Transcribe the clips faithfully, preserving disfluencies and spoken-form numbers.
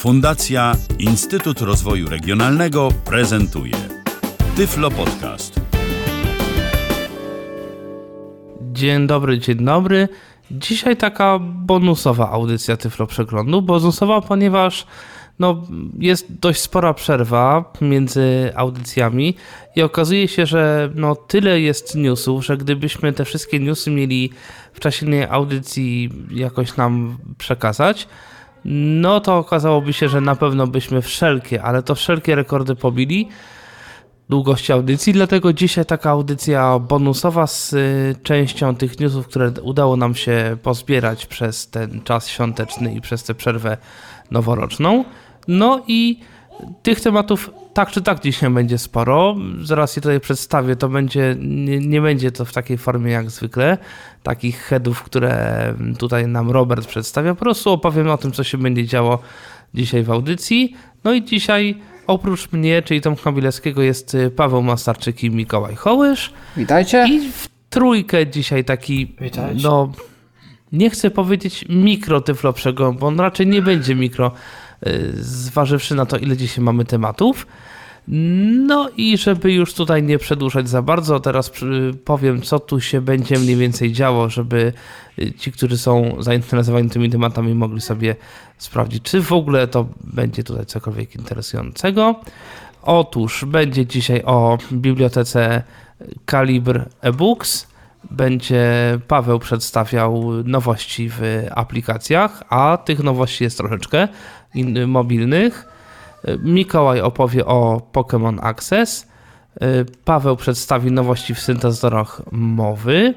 Fundacja Instytut Rozwoju Regionalnego prezentuje Tyflo Podcast. Dzień dobry, dzień dobry. Dzisiaj taka bonusowa audycja Tyflo Przeglądu. Bonusowa, ponieważ no, jest dość spora przerwa między audycjami i okazuje się, że no, tyle jest newsów, że gdybyśmy te wszystkie newsy mieli w czasie tej audycji jakoś nam przekazać, no to okazałoby się, że na pewno byśmy wszelkie, ale to wszelkie rekordy pobili długości audycji, dlatego dzisiaj taka audycja bonusowa z częścią tych newsów, które udało nam się pozbierać przez ten czas świąteczny i przez tę przerwę noworoczną. No i tych tematów tak czy tak dzisiaj będzie sporo. Zaraz je tutaj przedstawię, to będzie, nie, nie będzie to w takiej formie jak zwykle, takich headów, które tutaj nam Robert przedstawia. Po prostu opowiem o tym, co się będzie działo dzisiaj w audycji. No i dzisiaj oprócz mnie, czyli Tomka Bilewskiego, jest Paweł Mastarczyk i Mikołaj Hołysz. Witajcie. I w trójkę dzisiaj taki, Witajcie. no nie chcę powiedzieć mikro Tyflo Przegląd, bo on raczej nie będzie mikro, zważywszy na to, ile dzisiaj mamy tematów. No i żeby już tutaj nie przedłużać za bardzo, teraz powiem, co tu się będzie mniej więcej działo, żeby ci, którzy są zainteresowani tymi tematami, mogli sobie sprawdzić, czy w ogóle to będzie tutaj cokolwiek interesującego. Otóż będzie dzisiaj o bibliotece Kalibr eBooks. Będzie Paweł przedstawiał nowości w aplikacjach, a tych nowości jest troszeczkę in, mobilnych. Mikołaj opowie o Pokémon Access. Paweł przedstawi nowości w syntezatorach mowy.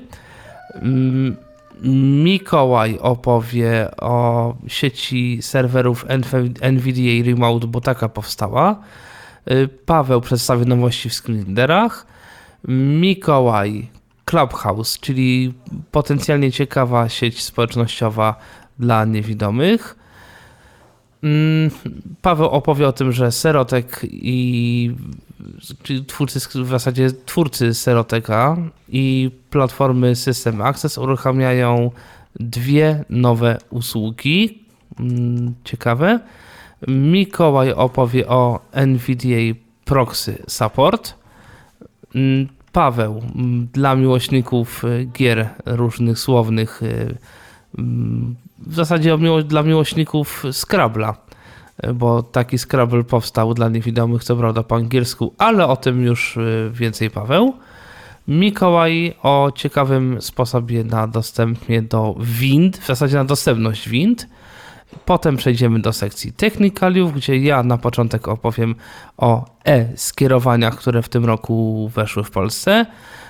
Mikołaj opowie o sieci serwerów N V D A Remote, bo taka powstała. Paweł przedstawi nowości w screenreaderach. Mikołaj Clubhouse, czyli potencjalnie ciekawa sieć społecznościowa dla niewidomych. Paweł opowie o tym, że Serotek i czyli twórcy, w zasadzie twórcy Seroteka i platformy System Access uruchamiają dwie nowe usługi. Ciekawe. Mikołaj opowie o N V D A Proxy Support. Paweł dla miłośników gier różnych słownych, w zasadzie dla miłośników Scrabble'a, bo taki Scrabble powstał dla niewidomych, co prawda po angielsku, ale o tym już więcej Paweł. Mikołaj o ciekawym sposobie na dostępie do wind, w zasadzie na dostępność wind. Potem przejdziemy do sekcji technikaliów, gdzie ja na początek opowiem o e-skierowaniach, które w tym roku weszły w Polsce.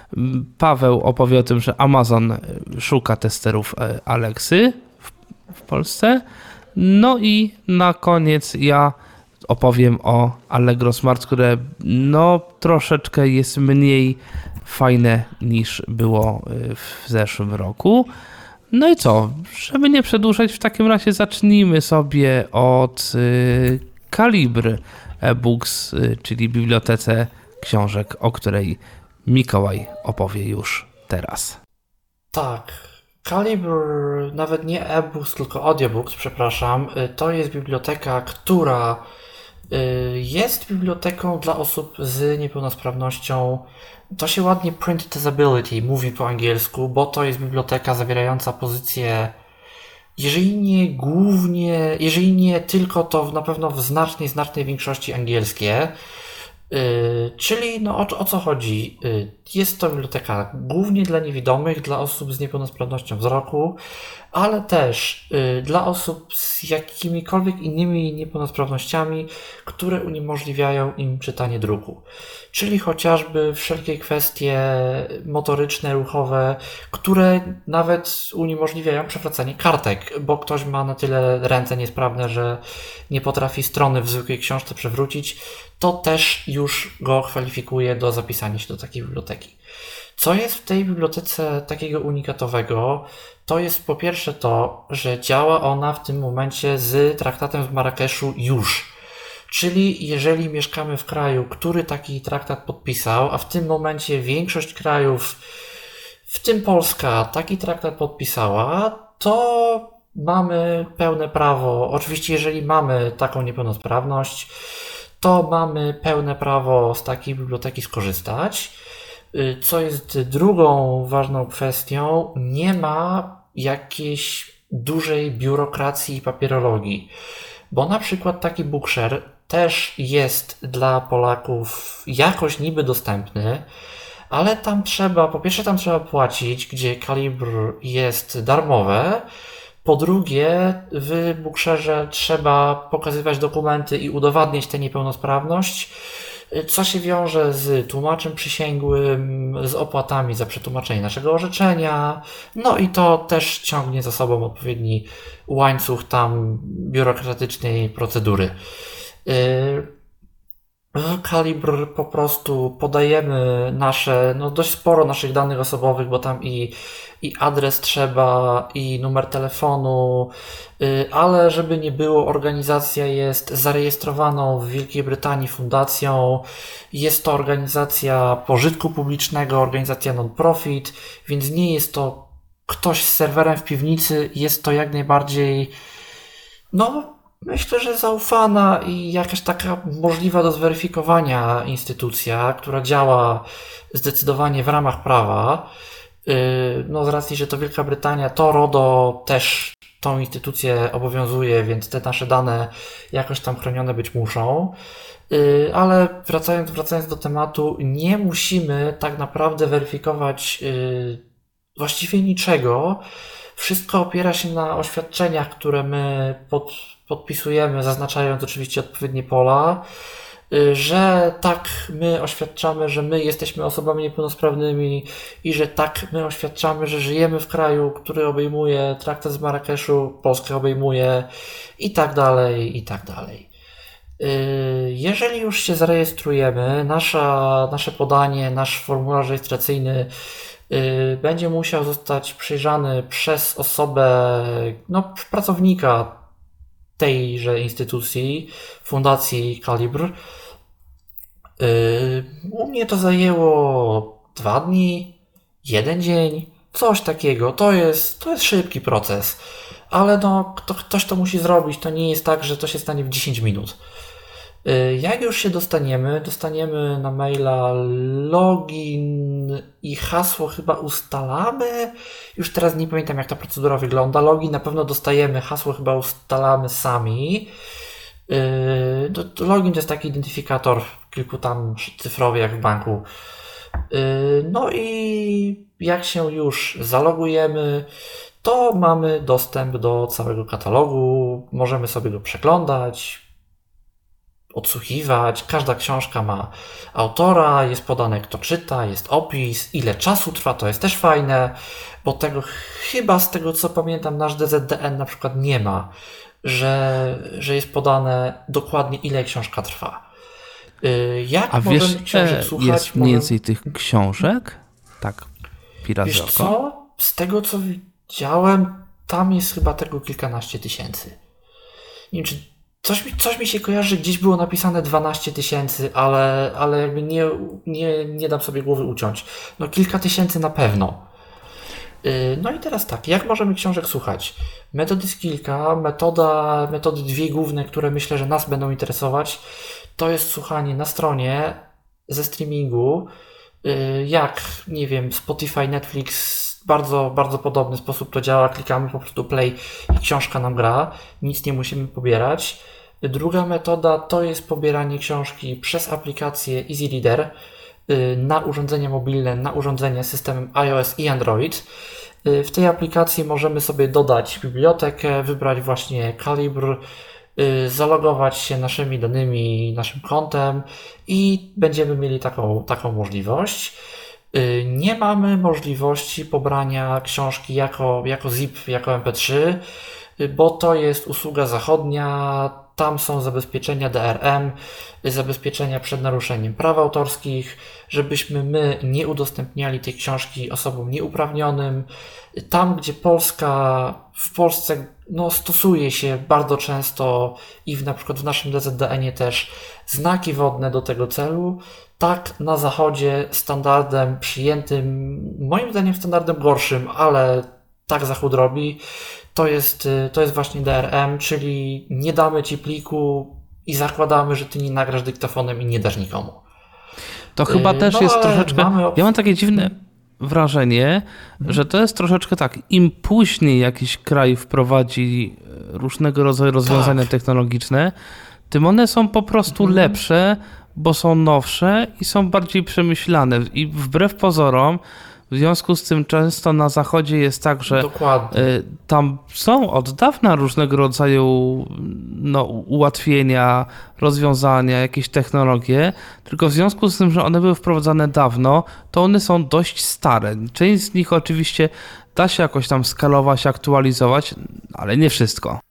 Paweł opowie o tym, że Amazon szuka testerów Alexy w, w Polsce. No i na koniec ja opowiem o Allegro Smart, które no troszeczkę jest mniej fajne niż było w zeszłym roku. No i co? Żeby nie przedłużać, w takim razie zacznijmy sobie od y, Kalibr eBooks, y, czyli bibliotece książek, o której Mikołaj opowie już teraz. Tak, Kalibr, nawet nie eBooks, tylko audiobooks, przepraszam, y, to jest biblioteka, która y, jest biblioteką dla osób z niepełnosprawnością. To się ładnie print disability mówi po angielsku, bo to jest biblioteka zawierająca pozycje, jeżeli nie głównie, jeżeli nie tylko, to na pewno w znacznej, znacznej większości angielskie. Yy, czyli no o, o co chodzi? Yy, jest to biblioteka głównie dla niewidomych, dla osób z niepełnosprawnością wzroku, ale też yy, dla osób z jakimikolwiek innymi niepełnosprawnościami, które uniemożliwiają im czytanie druku. Czyli chociażby wszelkie kwestie motoryczne, ruchowe, które nawet uniemożliwiają przewracanie kartek, bo ktoś ma na tyle ręce niesprawne, że nie potrafi strony w zwykłej książce przewrócić, to też już go kwalifikuje do zapisania się do takiej biblioteki. Co jest w tej bibliotece takiego unikatowego? To jest po pierwsze to, że działa ona w tym momencie z traktatem z Marrakeszu już. Czyli jeżeli mieszkamy w kraju, który taki traktat podpisał, a w tym momencie większość krajów, w tym Polska, taki traktat podpisała, to mamy pełne prawo, oczywiście jeżeli mamy taką niepełnosprawność, to mamy pełne prawo z takiej biblioteki skorzystać. Co jest drugą ważną kwestią, nie ma jakiejś dużej biurokracji i papierologii, bo na przykład taki Bookshare też jest dla Polaków jakoś niby dostępny, ale tam trzeba, po pierwsze tam trzeba płacić, gdzie Calibr jest darmowe, po drugie w Booksharze trzeba pokazywać dokumenty i udowadniać tę niepełnosprawność, co się wiąże z tłumaczem przysięgłym, z opłatami za przetłumaczenie naszego orzeczenia, no i to też ciągnie za sobą odpowiedni łańcuch tam biurokratycznej procedury. W Calibr po prostu podajemy nasze, no dość sporo naszych danych osobowych, bo tam i, i adres trzeba, i numer telefonu, ale żeby nie było, organizacja jest zarejestrowaną w Wielkiej Brytanii fundacją, jest to organizacja pożytku publicznego, organizacja non-profit, więc nie jest to ktoś z serwerem w piwnicy, jest to jak najbardziej, no myślę, że zaufana i jakaś taka możliwa do zweryfikowania instytucja, która działa zdecydowanie w ramach prawa. No z racji, że to Wielka Brytania, to RODO też tą instytucję obowiązuje, więc te nasze dane jakoś tam chronione być muszą. Ale wracając, wracając do tematu, nie musimy tak naprawdę weryfikować właściwie niczego. Wszystko opiera się na oświadczeniach, które my pod, podpisujemy, zaznaczając oczywiście odpowiednie pola, że tak my oświadczamy, że my jesteśmy osobami niepełnosprawnymi i że tak my oświadczamy, że żyjemy w kraju, który obejmuje traktat z Marrakeszu, Polskę obejmuje i tak dalej, i tak dalej. Jeżeli już się zarejestrujemy, nasza, nasze podanie, nasz formularz rejestracyjny będzie musiał zostać przejrzany przez osobę, no, pracownika tejże instytucji, Fundacji Calibr. U mnie to zajęło dwa dni, jeden dzień, coś takiego. To jest, to jest szybki proces, ale no, to, ktoś to musi zrobić. To nie jest tak, że to się stanie w dziesięć minut. Jak już się dostaniemy, dostaniemy na maila login i hasło chyba ustalamy. Już teraz nie pamiętam, jak ta procedura wygląda. Login na pewno dostajemy, hasło chyba ustalamy sami. Login to jest taki identyfikator kilku tam cyfrowy jak w banku. No i jak się już zalogujemy, to mamy dostęp do całego katalogu. Możemy sobie go przeglądać, odsłuchiwać. Każda książka ma autora, jest podane kto czyta, jest opis, ile czasu trwa, to jest też fajne, bo tego chyba z tego co pamiętam nasz D Z D N na przykład nie ma, że, że jest podane dokładnie ile książka trwa. Jak A możemy wiesz, książek słuchać? jest mniej więcej tych książek? Tak, pirazy Wiesz oko. co? Z tego co widziałem, tam jest chyba tego kilkanaście tysięcy. Nie wiem, czy Coś mi, coś mi się kojarzy, że gdzieś było napisane dwanaście tysięcy, ale, ale jakby nie, nie, nie dam sobie głowy uciąć. No kilka tysięcy na pewno. No i teraz tak, jak możemy książek słuchać? Metod jest kilka, metoda, metody dwie główne, które myślę, że nas będą interesować, to jest słuchanie na stronie, ze streamingu, jak, nie wiem, Spotify, Netflix, bardzo, bardzo podobny sposób to działa, klikamy po prostu play i książka nam gra, nic nie musimy pobierać. Druga metoda to jest pobieranie książki przez aplikację Easy Reader na urządzenia mobilne, na urządzenia z systemem iOS i Android. W tej aplikacji możemy sobie dodać bibliotekę, wybrać właśnie Calibr, zalogować się naszymi danymi, naszym kontem i będziemy mieli taką, taką możliwość. Nie mamy możliwości pobrania książki jako, jako zip, jako em pe trzy, bo to jest usługa zachodnia, tam są zabezpieczenia D R M, zabezpieczenia przed naruszeniem praw autorskich, żebyśmy my nie udostępniali tej książki osobom nieuprawnionym. Tam, gdzie Polska, w Polsce no, stosuje się bardzo często i w, na przykład w naszym D Z D N-ie też znaki wodne do tego celu, tak na zachodzie standardem przyjętym, moim zdaniem standardem gorszym, ale tak Zachód robi, to jest, to jest właśnie D R M, czyli nie damy ci pliku i zakładamy, że ty nie nagrasz dyktafonem i nie dasz nikomu. To chyba też no, jest troszeczkę... Mamy... Ja mam takie dziwne wrażenie, hmm. że to jest troszeczkę tak, im później jakiś kraj wprowadzi różnego rodzaju rozwiązania tak. technologiczne, tym one są po prostu hmm. lepsze, bo są nowsze i są bardziej przemyślane. I wbrew pozorom, w związku z tym często na Zachodzie jest tak, że Dokładnie. tam są od dawna różnego rodzaju no, ułatwienia, rozwiązania, jakieś technologie, tylko w związku z tym, że one były wprowadzane dawno, to one są dość stare. Część z nich oczywiście da się jakoś tam skalować, aktualizować, ale nie wszystko.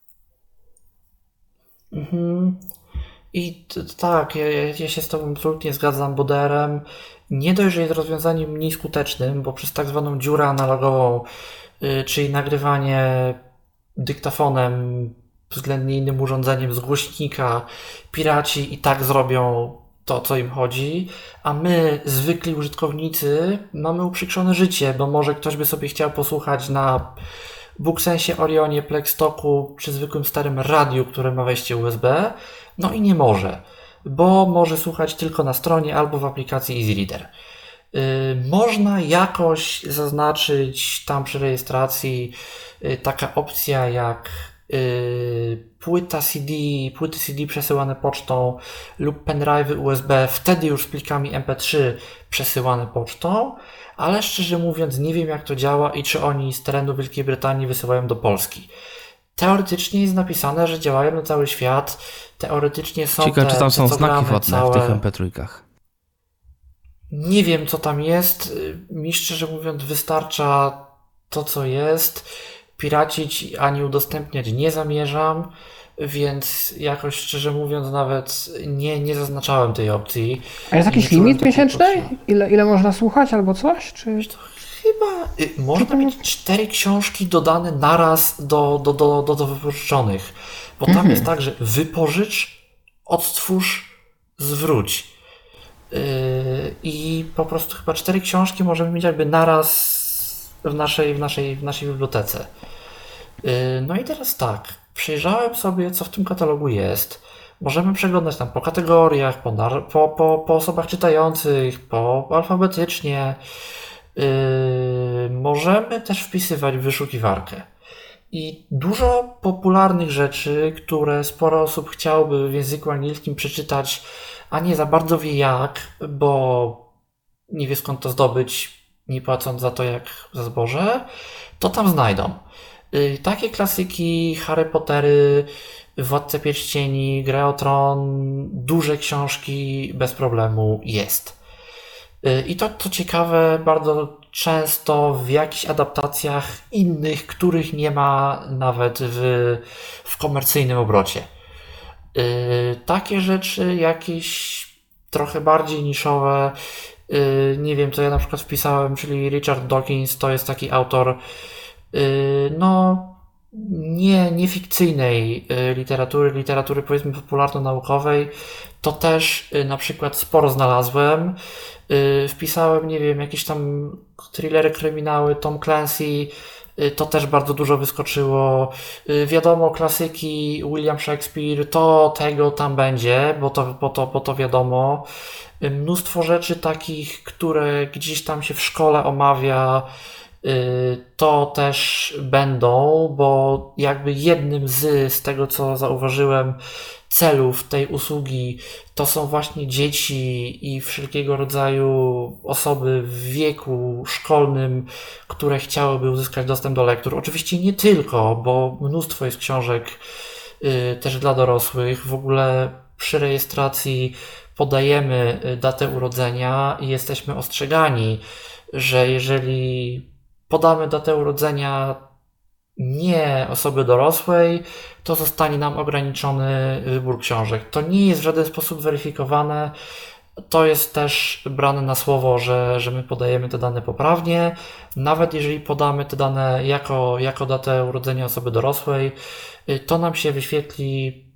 Mhm. I t- tak, ja, ja się z Tobą absolutnie zgadzam, bo D R M nie dość, że jest rozwiązaniem mniej skutecznym, bo przez tak zwaną dziurę analogową, yy, czyli nagrywanie dyktafonem względnie innym urządzeniem z głośnika, piraci i tak zrobią to, co im chodzi, a my, zwykli użytkownicy, mamy uprzykrzone życie, bo może ktoś by sobie chciał posłuchać na Booksensie, Orionie, Plextalku czy zwykłym starym radiu, które ma wejście U S B, no i nie może, bo może słuchać tylko na stronie albo w aplikacji EasyReader. Yy, można jakoś zaznaczyć tam przy rejestracji yy, taka opcja jak yy, płyta C D, płyty C D przesyłane pocztą lub pendrive'y U S B, wtedy już z plikami M P trzy przesyłane pocztą, ale szczerze mówiąc nie wiem jak to działa i czy oni z terenu Wielkiej Brytanii wysyłają do Polski. Teoretycznie jest napisane, że działają na cały świat. Teoretycznie są Ciekawe, te czy tam są znaki wodne całe... w tych M P trzy. Nie wiem, co tam jest. Mi szczerze mówiąc wystarcza to, co jest. Piracić ani udostępniać nie zamierzam, więc jakoś szczerze mówiąc nawet nie, nie zaznaczałem tej opcji. A jest jakiś limit miesięczny? Ile, ile można słuchać albo coś? Czy... Chyba y, można mieć cztery książki dodane naraz do, do, do, do, do wypożyczonych. Bo tam mhm. jest tak, że wypożycz, odtwórz, zwróć. Yy, I po prostu chyba cztery książki możemy mieć jakby naraz w naszej, w naszej, w naszej bibliotece. Yy, no i teraz tak, przejrzałem sobie, co w tym katalogu jest. Możemy przeglądać tam po kategoriach, po, po, po, po osobach czytających, po alfabetycznie. Yy, możemy też wpisywać w wyszukiwarkę. I dużo popularnych rzeczy, które sporo osób chciałoby w języku angielskim przeczytać, a nie za bardzo wie jak, bo nie wie skąd to zdobyć, nie płacąc za to jak za zboże, to tam znajdą. Yy, takie klasyki, Harry Pottery, Władcę Pierścieni, Grę o Tron, duże książki bez problemu jest. I to, co ciekawe, bardzo często w jakichś adaptacjach innych, których nie ma nawet w, w komercyjnym obrocie. Yy, takie rzeczy jakieś trochę bardziej niszowe, yy, nie wiem, co ja na przykład wpisałem, czyli Richard Dawkins, to jest taki autor yy, no nie, nie fikcyjnej yy, literatury, literatury powiedzmy popularno-naukowej, to też yy, na przykład sporo znalazłem. Yy, wpisałem, nie wiem, jakieś tam thrillery, kryminały, Tom Clancy, yy, to też bardzo dużo wyskoczyło. Yy, wiadomo, klasyki, William Shakespeare, to tego tam będzie, bo to, bo to, bo to wiadomo. Yy, mnóstwo rzeczy takich, które gdzieś tam się w szkole omawia, yy, to też będą, bo jakby jednym z, z tego, co zauważyłem, celów tej usługi to są właśnie dzieci i wszelkiego rodzaju osoby w wieku szkolnym, które chciałyby uzyskać dostęp do lektur. Oczywiście nie tylko, bo mnóstwo jest książek y, też dla dorosłych. W ogóle przy rejestracji podajemy datę urodzenia i jesteśmy ostrzegani, że jeżeli podamy datę urodzenia nie osoby dorosłej, to zostanie nam ograniczony wybór książek. To nie jest w żaden sposób weryfikowane. To jest też brane na słowo, że, że my podajemy te dane poprawnie. Nawet jeżeli podamy te dane jako, jako datę urodzenia osoby dorosłej, to nam się wyświetli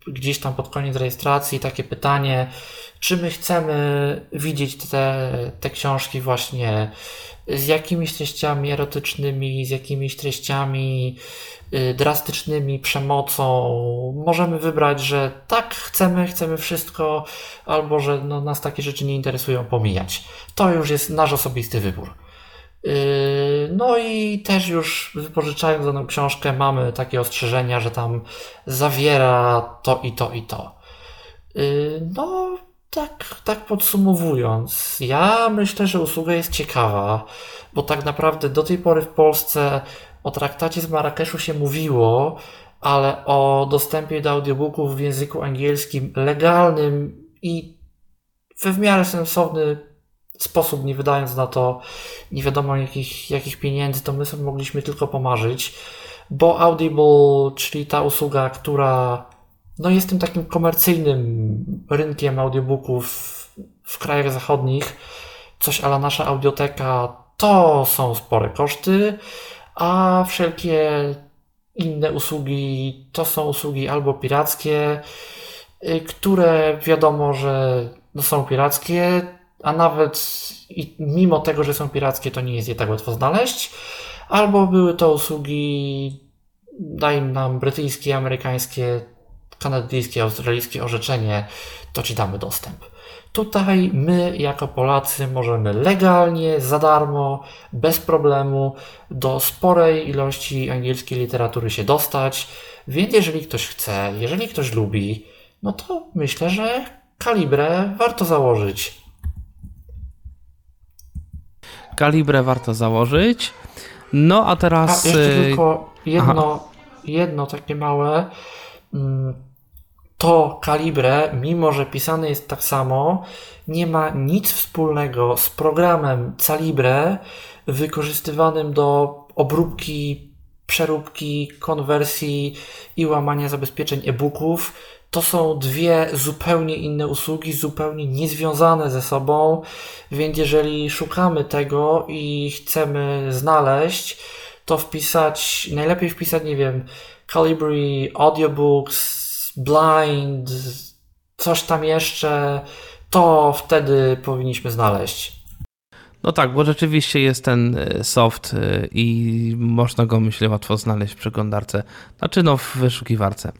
gdzieś tam pod koniec rejestracji takie pytanie, czy my chcemy widzieć te, te książki właśnie z jakimiś treściami erotycznymi, z jakimiś treściami y, drastycznymi, przemocą. Możemy wybrać, że tak, chcemy, chcemy wszystko, albo że no, nas takie rzeczy nie interesują, pomijać. To już jest nasz osobisty wybór. Yy, no i też już wypożyczając daną książkę mamy takie ostrzeżenia, że tam zawiera to i to i to. Yy, no tak, tak podsumowując, ja myślę, że usługa jest ciekawa, bo tak naprawdę do tej pory w Polsce o traktacie z Marrakeszu się mówiło, ale o dostępie do audiobooków w języku angielskim legalnym i we w miarę sensowny sposób, nie wydając na to nie wiadomo jakich, jakich pieniędzy, to my sobie mogliśmy tylko pomarzyć, bo Audible, czyli ta usługa, która no jest tym takim komercyjnym rynkiem audiobooków w krajach zachodnich, coś a la nasza audioteka, to są spore koszty, a wszelkie inne usługi to są usługi albo pirackie, które wiadomo, że no są pirackie, a nawet i mimo tego, że są pirackie, to nie jest je tak łatwo znaleźć, albo były to usługi, daj nam brytyjskie, amerykańskie, kanadyjskie, australijskie orzeczenie, to ci damy dostęp. Tutaj my, jako Polacy, możemy legalnie, za darmo, bez problemu do sporej ilości angielskiej literatury się dostać, więc jeżeli ktoś chce, jeżeli ktoś lubi, no to myślę, że Kalibrę warto założyć. Kalibrę warto założyć. No a teraz... A jeszcze tylko jedno, jedno takie małe. To Kalibrę, mimo że pisane jest tak samo, nie ma nic wspólnego z programem Calibre wykorzystywanym do obróbki, przeróbki, konwersji i łamania zabezpieczeń e-booków. To są dwie zupełnie inne usługi, zupełnie niezwiązane ze sobą, więc jeżeli szukamy tego i chcemy znaleźć, to wpisać, najlepiej wpisać, nie wiem, Calibri, Audiobooks, Blind, coś tam jeszcze, to wtedy powinniśmy znaleźć. No tak, bo rzeczywiście jest ten soft i można go, myślę, łatwo znaleźć w przeglądarce, znaczy no w wyszukiwarce.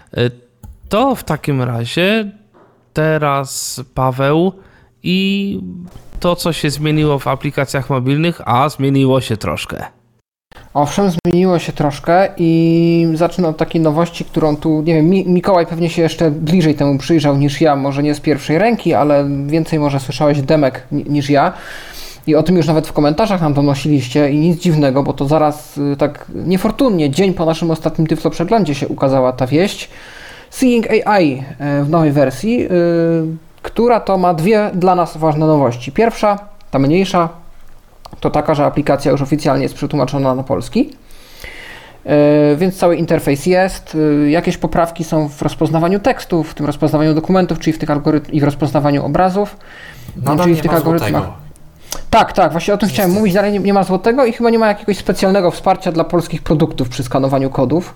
To w takim razie teraz Paweł i to, co się zmieniło w aplikacjach mobilnych, a zmieniło się troszkę. Owszem, zmieniło się troszkę i zacznę od takiej nowości, którą tu, nie wiem, Mikołaj pewnie się jeszcze bliżej temu przyjrzał niż ja, może nie z pierwszej ręki, ale więcej może słyszałeś demek niż ja. I o tym już nawet w komentarzach nam donosiliście i nic dziwnego, bo to zaraz tak niefortunnie, dzień po naszym ostatnim Tyflo Przeglądzie się ukazała ta wieść. Seeing A I w nowej wersji, yy, która to ma dwie dla nas ważne nowości. Pierwsza, ta mniejsza, to taka, że aplikacja już oficjalnie jest przetłumaczona na polski, yy, więc cały interfejs jest. Yy, jakieś poprawki są w rozpoznawaniu tekstów, w tym rozpoznawaniu dokumentów, czyli w tych algorytmach i w rozpoznawaniu obrazów. Nadal czyli nie w tych ma algorytmach. złotego. Tak, tak, właśnie o tym chciałem mówić, dalej nie, nie ma złotego i chyba nie ma jakiegoś specjalnego wsparcia dla polskich produktów przy skanowaniu kodów.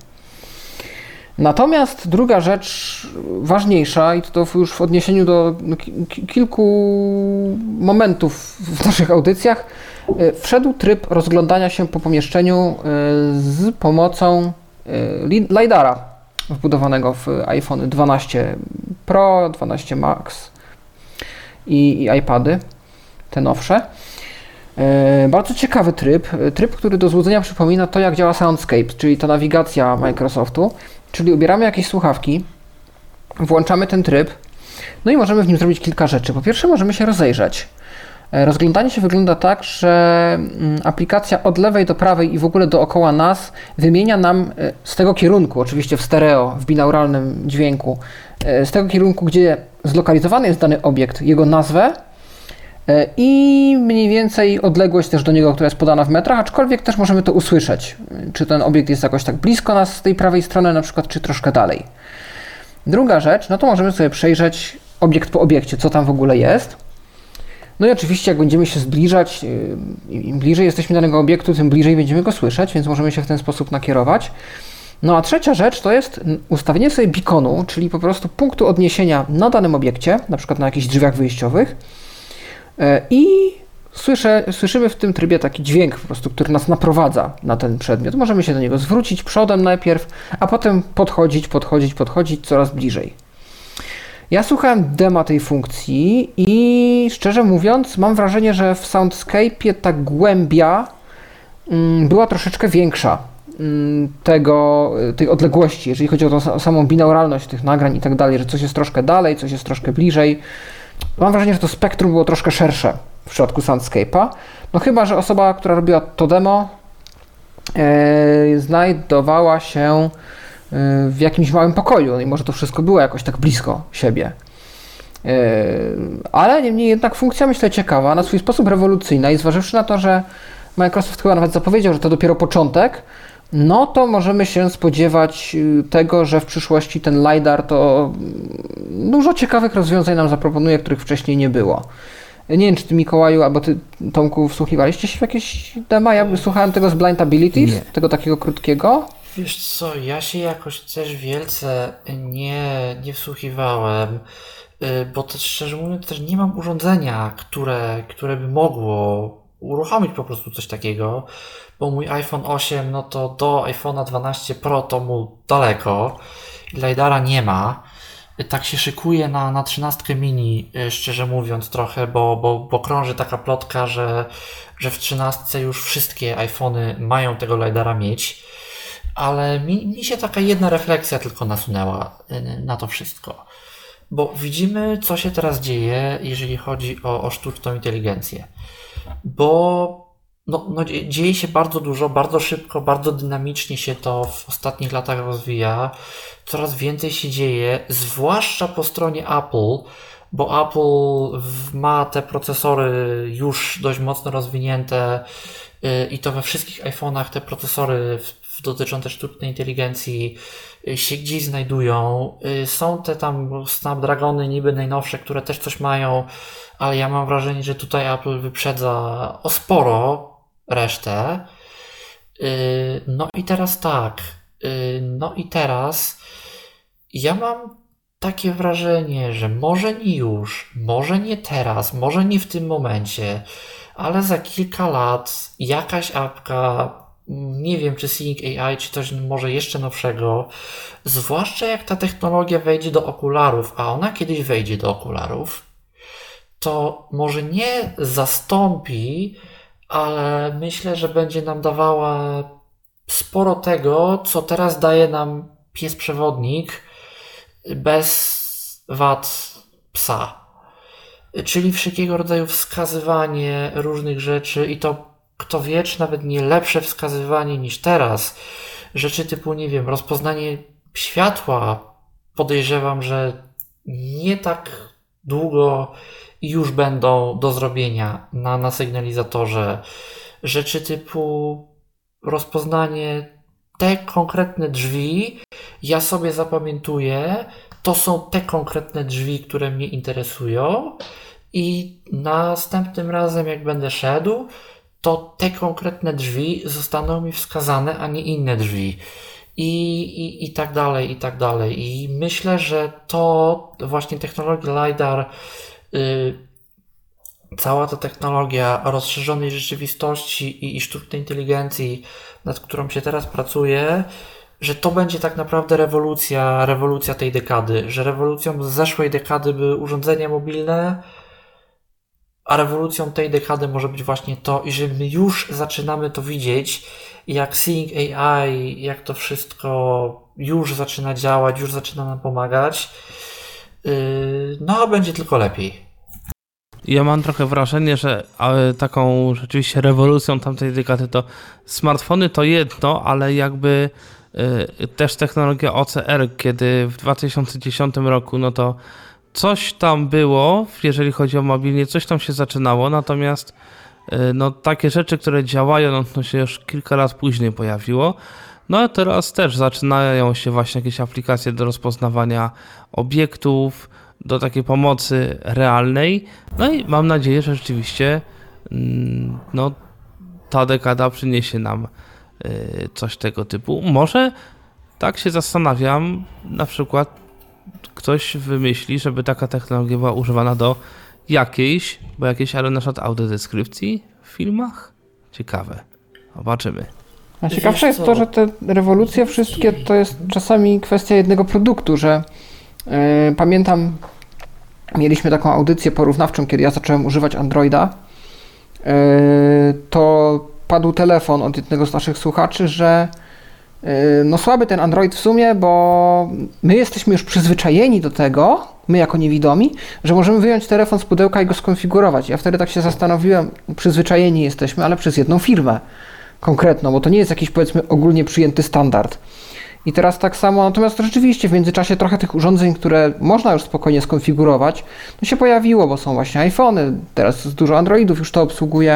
Natomiast druga rzecz ważniejsza, i to już w odniesieniu do kilku momentów w naszych audycjach, wszedł tryb rozglądania się po pomieszczeniu z pomocą lidara wbudowanego w iPhone dwanaście Pro, dwanaście Max i, i iPady, te nowsze. Bardzo ciekawy tryb, tryb, który do złudzenia przypomina to, jak działa Soundscape, czyli ta nawigacja Microsoftu. Czyli ubieramy jakieś słuchawki, włączamy ten tryb, no i możemy w nim zrobić kilka rzeczy. Po pierwsze możemy się rozejrzeć. Rozglądanie się wygląda tak, że aplikacja od lewej do prawej i w ogóle dookoła nas wymienia nam z tego kierunku, oczywiście w stereo, w binauralnym dźwięku, z tego kierunku, gdzie zlokalizowany jest dany obiekt, jego nazwę i mniej więcej odległość też do niego, która jest podana w metrach, aczkolwiek też możemy to usłyszeć, czy ten obiekt jest jakoś tak blisko nas z tej prawej strony na przykład, czy troszkę dalej. Druga rzecz, no to możemy sobie przejrzeć obiekt po obiekcie, co tam w ogóle jest. No i oczywiście jak będziemy się zbliżać, im bliżej jesteśmy danego obiektu, tym bliżej będziemy go słyszeć, więc możemy się w ten sposób nakierować. No a trzecia rzecz to jest ustawienie sobie beaconu, czyli po prostu punktu odniesienia na danym obiekcie, na przykład na jakichś drzwiach wyjściowych i słyszę, słyszymy w tym trybie taki dźwięk po prostu, który nas naprowadza na ten przedmiot. Możemy się do niego zwrócić przodem najpierw, a potem podchodzić, podchodzić, podchodzić coraz bliżej. Ja słuchałem dema tej funkcji i szczerze mówiąc mam wrażenie, że w Soundscape'ie ta głębia mm, była troszeczkę większa mm, tego, tej odległości, jeżeli chodzi o, to, o samą binauralność tych nagrań i tak dalej, że coś jest troszkę dalej, coś jest troszkę bliżej. Mam wrażenie, że to spektrum było troszkę szersze w przypadku Soundscape'a. No chyba, że osoba, która robiła to demo e, znajdowała się w jakimś małym pokoju i może to wszystko było jakoś tak blisko siebie. Ale niemniej jednak funkcja, myślę, ciekawa, na swój sposób rewolucyjna i zważywszy na to, że Microsoft chyba nawet zapowiedział, że to dopiero początek, no to możemy się spodziewać tego, że w przyszłości ten LiDAR to dużo ciekawych rozwiązań nam zaproponuje, których wcześniej nie było. Nie wiem, czy ty, Mikołaju, albo ty, Tomku, wsłuchiwaliście się w jakieś dema? Ja słuchałem tego z Blind Abilities, nie. Tego takiego krótkiego. Wiesz co, ja się jakoś też wielce nie, nie wsłuchiwałem, bo też szczerze mówiąc też nie mam urządzenia, które, które by mogło uruchomić po prostu coś takiego, bo mój iPhone osiem, no to do iPhone'a dwanaście Pro to mu daleko, LiDARa nie ma. Tak się szykuje na, na trzynastkę mini, szczerze mówiąc trochę, bo, bo, bo krąży taka plotka, że, że w trzynastce już wszystkie iPhony mają tego LiDARa mieć. Ale mi, mi się taka jedna refleksja tylko nasunęła na to wszystko. Bo widzimy, co się teraz dzieje, jeżeli chodzi o, o sztuczną inteligencję. Bo no, no, dzieje się bardzo dużo, bardzo szybko, bardzo dynamicznie się to w ostatnich latach rozwija. Coraz więcej się dzieje, zwłaszcza po stronie Apple, bo Apple ma te procesory już dość mocno rozwinięte i to we wszystkich iPhone'ach te procesory dotyczące sztucznej inteligencji się gdzieś znajdują. Są te tam Snapdragony niby najnowsze, które też coś mają, ale ja mam wrażenie, że tutaj Apple wyprzedza o sporo resztę. No i teraz tak. No i teraz ja mam takie wrażenie, że może nie już, może nie teraz, może nie w tym momencie, ale za kilka lat jakaś apka, nie wiem, czy Seeing A I, czy coś może jeszcze nowszego, zwłaszcza jak ta technologia wejdzie do okularów, a ona kiedyś wejdzie do okularów, to może nie zastąpi, ale myślę, że będzie nam dawała sporo tego, co teraz daje nam pies przewodnik bez wad psa. Czyli wszelkiego rodzaju wskazywanie różnych rzeczy i to, kto wie, czy nawet nie lepsze wskazywanie niż teraz. Rzeczy typu, nie wiem, rozpoznanie światła, podejrzewam, że nie tak długo już będą do zrobienia na, na sygnalizatorze. Rzeczy typu rozpoznanie te konkretne drzwi, ja sobie zapamiętuję, to są te konkretne drzwi, które mnie interesują i następnym razem, jak będę szedł, to te konkretne drzwi zostaną mi wskazane, a nie inne drzwi. I, i, i tak dalej, i tak dalej. I myślę, że to właśnie technologia LiDAR, yy, cała ta technologia rozszerzonej rzeczywistości i, i sztucznej inteligencji, nad którą się teraz pracuje, że to będzie tak naprawdę rewolucja, rewolucja tej dekady, że rewolucją z zeszłej dekady były urządzenia mobilne, a rewolucją tej dekady może być właśnie to, i że my już zaczynamy to widzieć, jak Seeing A I, jak to wszystko już zaczyna działać, już zaczyna nam pomagać, no a będzie tylko lepiej. Ja mam trochę wrażenie, że taką rzeczywiście rewolucją tamtej dekady to smartfony to jedno, ale jakby też technologia O C R, kiedy w dwa tysiące dziesiątym roku, no to coś tam było, jeżeli chodzi o mobilnie, coś tam się zaczynało, natomiast no takie rzeczy, które działają, no to się już kilka lat później pojawiło. No a teraz też zaczynają się właśnie jakieś aplikacje do rozpoznawania obiektów, do takiej pomocy realnej. No i mam nadzieję, że rzeczywiście no ta dekada przyniesie nam coś tego typu. Może tak się zastanawiam, na przykład ktoś wymyśli, żeby taka technologia była używana do jakiejś, bo jakieś, ale na przykład audiodeskrypcji w filmach? Ciekawe. Zobaczymy. A ciekawsze jest to, że te rewolucje wszystkie to jest czasami kwestia jednego produktu, że yy, pamiętam, mieliśmy taką audycję porównawczą, kiedy ja zacząłem używać Androida, yy, to padł telefon od jednego z naszych słuchaczy, że yy, no słaby ten Android w sumie, bo my jesteśmy już przyzwyczajeni do tego, my jako niewidomi, że możemy wyjąć telefon z pudełka i go skonfigurować. Ja wtedy tak się zastanowiłem, przyzwyczajeni jesteśmy, ale przez jedną firmę konkretną, bo to nie jest jakiś, powiedzmy, ogólnie przyjęty standard. I teraz tak samo, natomiast rzeczywiście w międzyczasie trochę tych urządzeń, które można już spokojnie skonfigurować, no się pojawiło, bo są właśnie iPhony, teraz dużo Androidów już to obsługuje,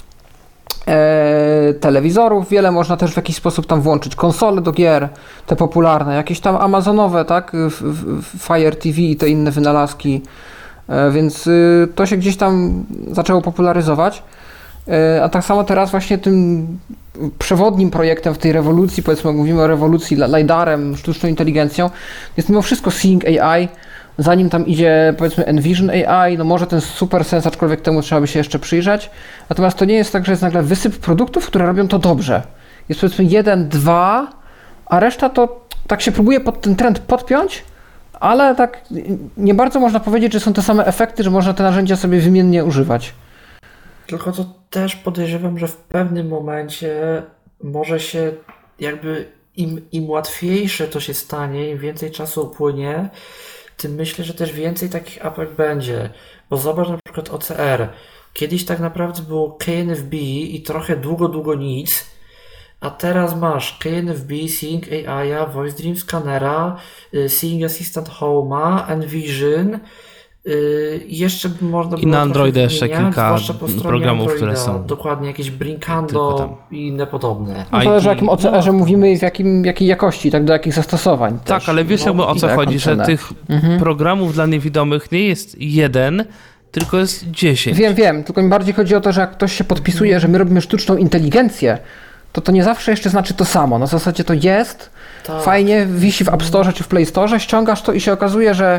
e, telewizorów, wiele można też w jakiś sposób tam włączyć, konsole do gier, te popularne, jakieś tam amazonowe, tak, Fire T V i te inne wynalazki, e, więc y, to się gdzieś tam zaczęło popularyzować. A tak samo teraz właśnie tym przewodnim projektem w tej rewolucji, powiedzmy, jak mówimy o rewolucji LiDARem, sztuczną inteligencją, jest mimo wszystko Seeing A I, zanim tam idzie, powiedzmy, Envision A I, no może ten super sens, aczkolwiek temu trzeba by się jeszcze przyjrzeć. Natomiast to nie jest tak, że jest nagle wysyp produktów, które robią to dobrze. Jest, powiedzmy, jeden, dwa, a reszta to tak się próbuje pod ten trend podpiąć, ale tak nie bardzo można powiedzieć, że są te same efekty, że można te narzędzia sobie wymiennie używać. Tylko to też podejrzewam, że w pewnym momencie może się jakby im, im łatwiejsze to się stanie, im więcej czasu upłynie, tym myślę, że też więcej takich apek będzie. Bo zobacz na przykład O C R. Kiedyś tak naprawdę było K N F B i trochę długo, długo nic, a teraz masz K N F B, Seeing A I, Voice Dream Scannera, Seeing Assistant Home'a, Envision. Yy, jeszcze można było i na Androida jeszcze kilka programów, Androida, które są. Dokładnie, jakieś Brinkando i inne podobne. No zależy, o jakim O C R-ze no, mówimy i w jakim, jakiej jakości, tak, do jakich zastosowań. Tak, też. Ale wiesz no, jakby o co chodzi, że tych mhm. programów dla niewidomych nie jest jeden, tylko jest dziesięć. Wiem, wiem, tylko mi bardziej chodzi o to, że jak ktoś się podpisuje, że my robimy sztuczną inteligencję, to to nie zawsze jeszcze znaczy to samo. Na zasadzie to jest, tak. Fajnie, wisi w App Store czy w Play Store, ściągasz to i się okazuje, że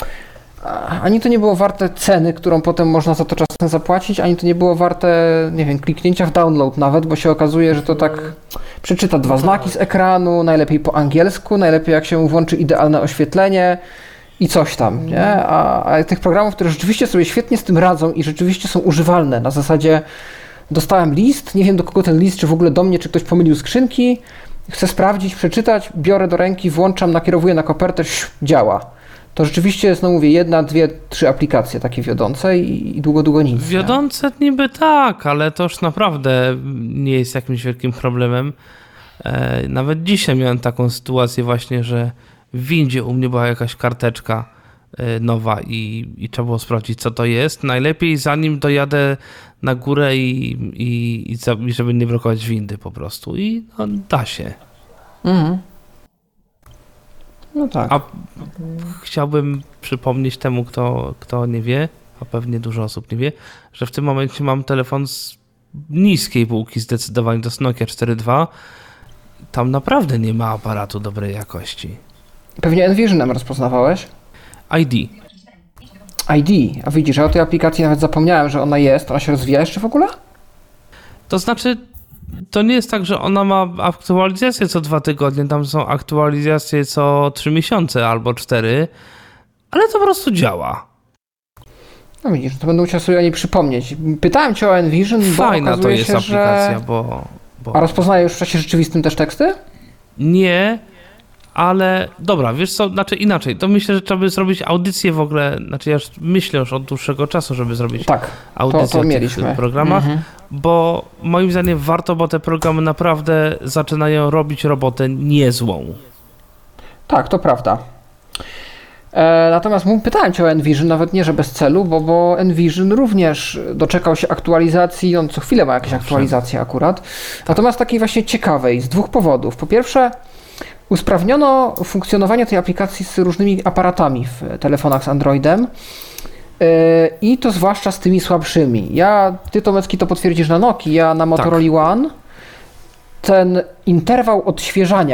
ani to nie było warte ceny, którą potem można za to czasem zapłacić, ani to nie było warte, nie wiem, kliknięcia w download nawet, bo się okazuje, że to tak przeczyta dwa znaki z ekranu, najlepiej po angielsku, najlepiej jak się włączy idealne oświetlenie i coś tam, nie? A, a tych programów, które rzeczywiście sobie świetnie z tym radzą i rzeczywiście są używalne, na zasadzie dostałem list, nie wiem do kogo ten list, czy w ogóle do mnie, czy ktoś pomylił skrzynki, chcę sprawdzić, przeczytać, biorę do ręki, włączam, nakierowuję na kopertę, działa. To rzeczywiście jest, no mówię, jedna, dwie, trzy aplikacje takie wiodące i, i długo, długo nic. Wiodące nie? niby tak, ale to już naprawdę nie jest jakimś wielkim problemem. E, nawet dzisiaj miałem taką sytuację właśnie, że w windzie u mnie była jakaś karteczka e, nowa i, i trzeba było sprawdzić, co to jest. Najlepiej zanim dojadę na górę i, i, i, za, i żeby nie blokować windy po prostu. I no, da się. Mhm. No tak. A chciałbym przypomnieć temu, kto, kto nie wie, a pewnie dużo osób nie wie, że w tym momencie mam telefon z niskiej półki zdecydowanie, to jest Nokia cztery dwa. Tam naprawdę nie ma aparatu dobrej jakości. Pewnie Envisionem rozpoznawałeś? I D. I D. A widzisz, ja o tej aplikacji nawet zapomniałem, że ona jest. Ona się rozwija jeszcze w ogóle? To znaczy, to nie jest tak, że ona ma aktualizacje co dwa tygodnie, tam są aktualizacje co trzy miesiące albo cztery, ale to po prostu działa. No widzisz, to będę musiał sobie o niej przypomnieć. Pytałem cię o Envision, bo fajna to jest się, aplikacja, że... bo, bo... A rozpoznaje już w czasie rzeczywistym też teksty? Nie, ale dobra, wiesz co, znaczy inaczej, to myślę, że trzeba by zrobić audycję w ogóle, znaczy ja już myślę już od dłuższego czasu, żeby zrobić tak, audycję to, to o mieliśmy. tych programach, mhm. bo moim zdaniem warto, bo te programy naprawdę zaczynają robić robotę niezłą. Tak, to prawda. E, natomiast pytałem cię o Envision, nawet nie, że bez celu, bo, bo Envision również doczekał się aktualizacji, on co chwilę ma jakieś Dobrze. aktualizacje akurat, natomiast takiej właśnie ciekawej, z dwóch powodów. Po pierwsze, usprawniono funkcjonowanie tej aplikacji z różnymi aparatami w telefonach z Androidem yy, i to zwłaszcza z tymi słabszymi. Ja, ty Tomecki to potwierdzisz na Nokii, ja na Motorola tak. One ten interwał odświeżania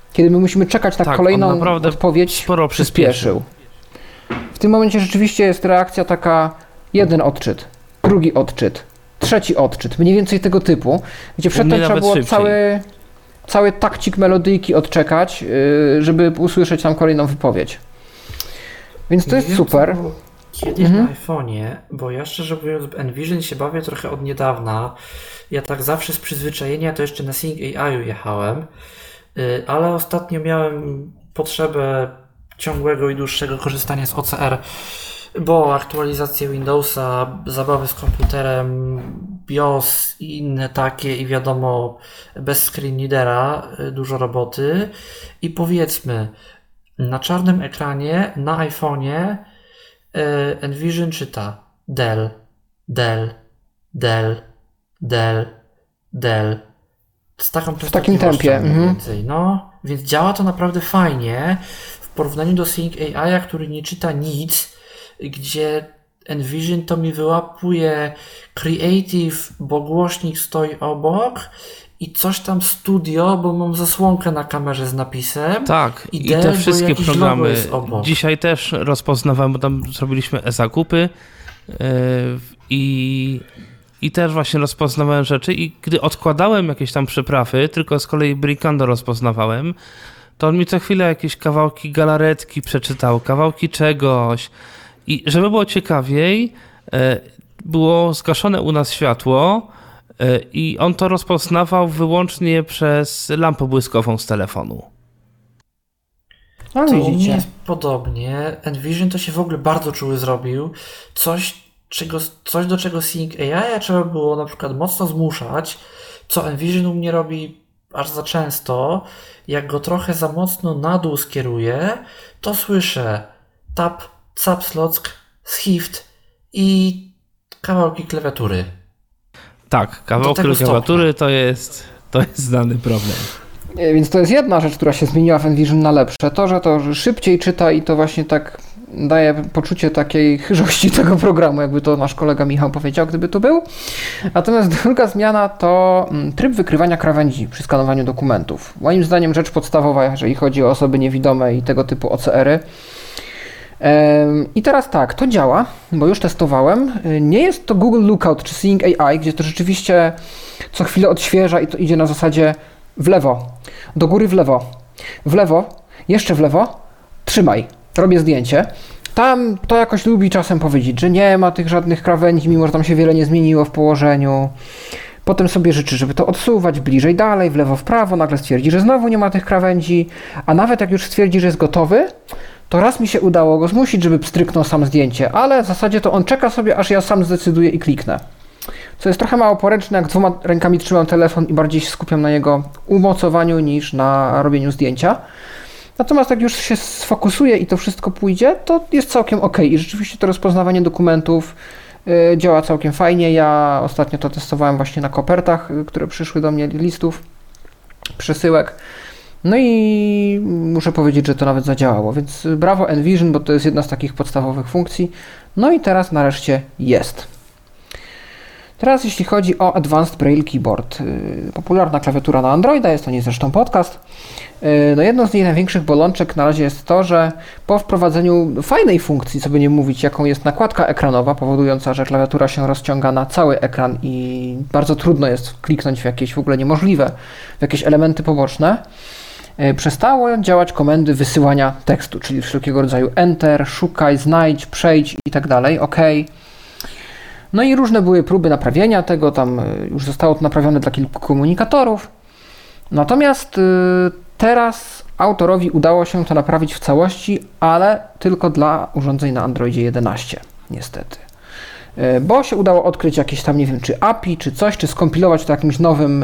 kiedy my musimy czekać na tak, kolejną odpowiedź, sporo przyspieszył. W tym momencie rzeczywiście jest reakcja taka, jeden odczyt, drugi odczyt, trzeci odczyt, mniej więcej tego typu, gdzie przedtem trzeba było cały, cały takcik melodyjki odczekać, żeby usłyszeć tam kolejną wypowiedź. Więc to Nie jest wiem, super. Kiedyś mhm. na iPhone'ie, bo ja szczerze mówiąc w Envision się bawię trochę od niedawna. Ja tak zawsze z przyzwyczajenia to jeszcze na Sync A I jechałem, ale ostatnio miałem potrzebę ciągłego i dłuższego korzystania z O C R, bo aktualizacje Windowsa, zabawy z komputerem, BIOS i inne takie i wiadomo bez screenreadera dużo roboty i powiedzmy na czarnym ekranie na iPhone'ie Envision czyta del, del, del, del, del z taką w takim tempie mniej więcej. No, więc działa to naprawdę fajnie w porównaniu do Sync A I, który nie czyta nic, gdzie Envision to mi wyłapuje Creative, bo głośnik stoi obok i coś tam Studio, bo mam zasłonkę na kamerze z napisem. Tak, i, i del, te wszystkie programy dzisiaj też rozpoznawałem, bo tam zrobiliśmy e-zakupy yy, i, i też właśnie rozpoznawałem rzeczy i gdy odkładałem jakieś tam przyprawy, tylko z kolei Bricando rozpoznawałem, to on mi co chwilę jakieś kawałki galaretki przeczytał, kawałki czegoś i żeby było ciekawiej, yy, było zgaszone u nas światło i on to rozpoznawał wyłącznie przez lampę błyskową z telefonu. No, to u mnie jest podobnie. Envision to się w ogóle bardzo czuły zrobił. Coś, czego, coś do czego Sync A I trzeba było na przykład mocno zmuszać, co Envision u mnie robi aż za często. Jak go trochę za mocno na dół skieruję, to słyszę tab, caps lock, shift i kawałki klawiatury. Tak, kawałki klawiatury to jest, to jest znany problem. Więc to jest jedna rzecz, która się zmieniła w Envision na lepsze. To, że to szybciej czyta i to właśnie tak daje poczucie takiej chyżości tego programu, jakby to nasz kolega Michał powiedział, gdyby tu był. Natomiast druga zmiana to tryb wykrywania krawędzi przy skanowaniu dokumentów. Moim zdaniem rzecz podstawowa, jeżeli chodzi o osoby niewidome i tego typu O C R-y. I teraz tak, to działa, bo już testowałem. Nie jest to Google Lookout czy Sync A I, gdzie to rzeczywiście co chwilę odświeża i to idzie na zasadzie w lewo, do góry w lewo, w lewo, jeszcze w lewo, trzymaj, robię zdjęcie. Tam to jakoś lubi czasem powiedzieć, że nie ma tych żadnych krawędzi, mimo że tam się wiele nie zmieniło w położeniu. Potem sobie życzy, żeby to odsuwać bliżej, dalej, w lewo, w prawo, nagle stwierdzi, że znowu nie ma tych krawędzi, a nawet jak już stwierdzi, że jest gotowy, to raz mi się udało go zmusić, żeby pstryknął sam zdjęcie, ale w zasadzie to on czeka sobie, aż ja sam zdecyduję i kliknę. Co jest trochę mało poręczne, jak dwoma rękami trzymam telefon i bardziej się skupiam na jego umocowaniu niż na robieniu zdjęcia. Natomiast jak już się sfokusuję i to wszystko pójdzie, to jest całkiem ok. I rzeczywiście to rozpoznawanie dokumentów yy, działa całkiem fajnie. Ja ostatnio to testowałem właśnie na kopertach, yy, które przyszły do mnie, listów, przesyłek. No i muszę powiedzieć, że to nawet zadziałało, więc brawo Envision, bo to jest jedna z takich podstawowych funkcji. No i teraz nareszcie jest. Teraz jeśli chodzi o Advanced Braille Keyboard, popularna klawiatura na Androida, jest to nie zresztą podcast. No jedną z jej największych bolączek na razie jest to, że po wprowadzeniu fajnej funkcji, co by nie mówić, jaką jest nakładka ekranowa, powodująca, że klawiatura się rozciąga na cały ekran i bardzo trudno jest kliknąć w jakieś w ogóle niemożliwe, w jakieś elementy poboczne, przestało działać komendy wysyłania tekstu, czyli wszelkiego rodzaju enter, szukaj, znajdź, przejdź i tak dalej, OK. No i różne były próby naprawienia tego, tam już zostało to naprawione dla kilku komunikatorów. Natomiast teraz autorowi udało się to naprawić w całości, ale tylko dla urządzeń na Androidzie jedenaście, niestety. Bo się udało odkryć jakieś tam, nie wiem, czy A P I, czy coś, czy skompilować to jakimś nowym,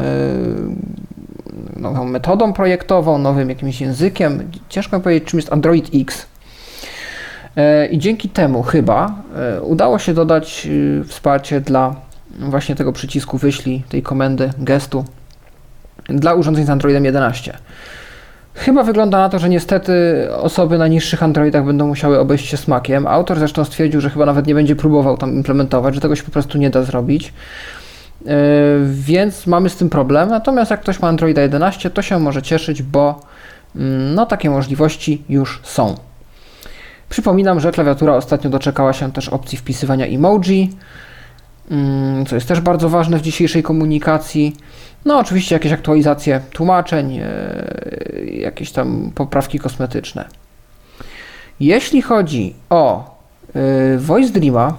nową metodą projektową, nowym jakimś językiem. Ciężko powiedzieć, czym jest Android X. I dzięki temu chyba udało się dodać wsparcie dla właśnie tego przycisku wyślij, tej komendy, gestu dla urządzeń z Androidem jedenaście. Chyba wygląda na to, że niestety osoby na niższych Androidach będą musiały obejść się smakiem. Autor zresztą stwierdził, że chyba nawet nie będzie próbował tam implementować, że tego się po prostu nie da zrobić. Yy, więc mamy z tym problem. Natomiast jak ktoś ma Androida jedenaście, to się może cieszyć, bo no takie możliwości już są. Przypominam, że klawiatura ostatnio doczekała się też opcji wpisywania emoji, co jest też bardzo ważne w dzisiejszej komunikacji. No oczywiście jakieś aktualizacje tłumaczeń, jakieś tam poprawki kosmetyczne. Jeśli chodzi o Voice Dreama,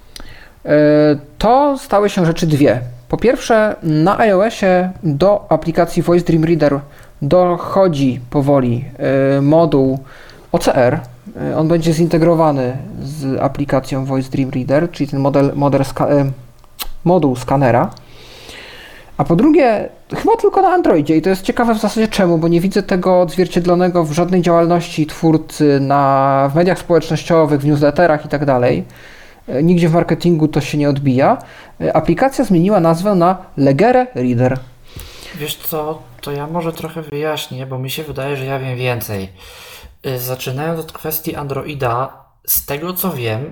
to stały się rzeczy dwie. Po pierwsze, na iOSie do aplikacji Voice Dream Reader dochodzi powoli moduł O C R. On będzie zintegrowany z aplikacją Voice Dream Reader, czyli ten model, model ska, moduł skanera. A po drugie, chyba tylko na Androidzie i to jest ciekawe w zasadzie czemu, bo nie widzę tego odzwierciedlonego w żadnej działalności twórcy na, w mediach społecznościowych, w newsletterach i tak dalej. Nigdzie w marketingu to się nie odbija. Aplikacja zmieniła nazwę na Legere Reader. Wiesz co, to ja może trochę wyjaśnię, bo mi się wydaje, że ja wiem więcej. Zaczynając od kwestii Androida, z tego co wiem,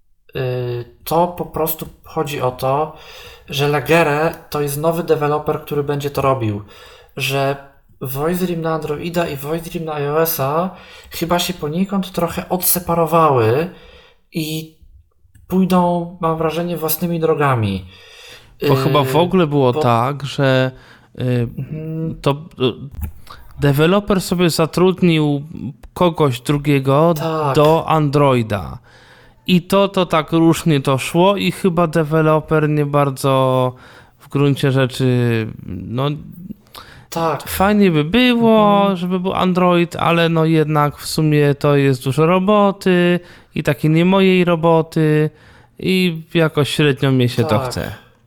to po prostu chodzi o to, że Legere to jest nowy deweloper, który będzie to robił. Że Voice Dream na Androida i Voice Dream na iOS-a chyba się poniekąd trochę odseparowały i pójdą, mam wrażenie, własnymi drogami. Bo yy, chyba w ogóle było bo... tak, że yy, to yy, deweloper sobie zatrudnił kogoś drugiego tak. do Androida. I to, to tak różnie to szło i chyba deweloper nie bardzo w gruncie rzeczy, no tak. fajnie by było, mhm. żeby był Android, ale no jednak w sumie to jest dużo roboty i takie nie mojej roboty i jakoś średnio mnie się tak. to chce.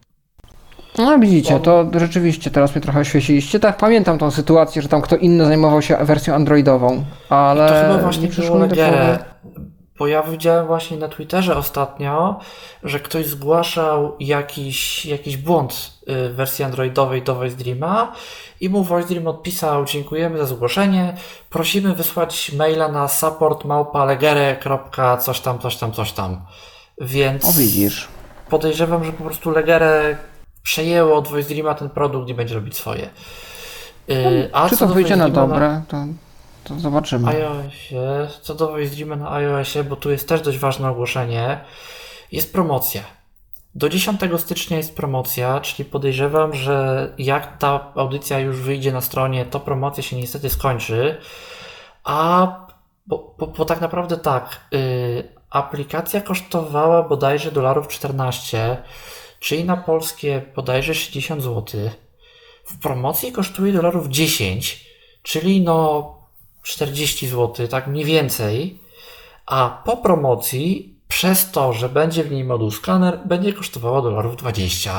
No widzicie, to rzeczywiście teraz mnie trochę oświeciliście. Tak, pamiętam tą sytuację, że tam kto inny zajmował się wersją androidową, ale... I to chyba właśnie nie było Legere. Bo ja widziałem właśnie na Twitterze ostatnio, że ktoś zgłaszał jakiś, jakiś błąd w wersji androidowej do Voice Dreama i mu Voice Dream odpisał: dziękujemy za zgłoszenie, prosimy wysłać maila na support małpa legere kropka coś tam, coś tam, coś tam. Więc o, widzisz. Podejrzewam, że po prostu Legere przejęło od Voice Dreama ten produkt i będzie robić swoje. A czy to wyjdzie na dobre, na... to... To zobaczymy. iOSie, co do Voice Dreama na iOSie, bo tu jest też dość ważne ogłoszenie, jest promocja. Do dziesiątego stycznia jest promocja, czyli podejrzewam, że jak ta audycja już wyjdzie na stronie, to promocja się niestety skończy. A bo, bo, bo tak naprawdę tak, yy, aplikacja kosztowała bodajże dolarów czternaście, czyli na polskie bodajże sześćdziesiąt złotych. W promocji kosztuje dolarów dziesięć, czyli no czterdzieści złotych, tak mniej więcej, a po promocji, przez to, że będzie w niej moduł skaner, będzie kosztowała dolarów dwadzieścia.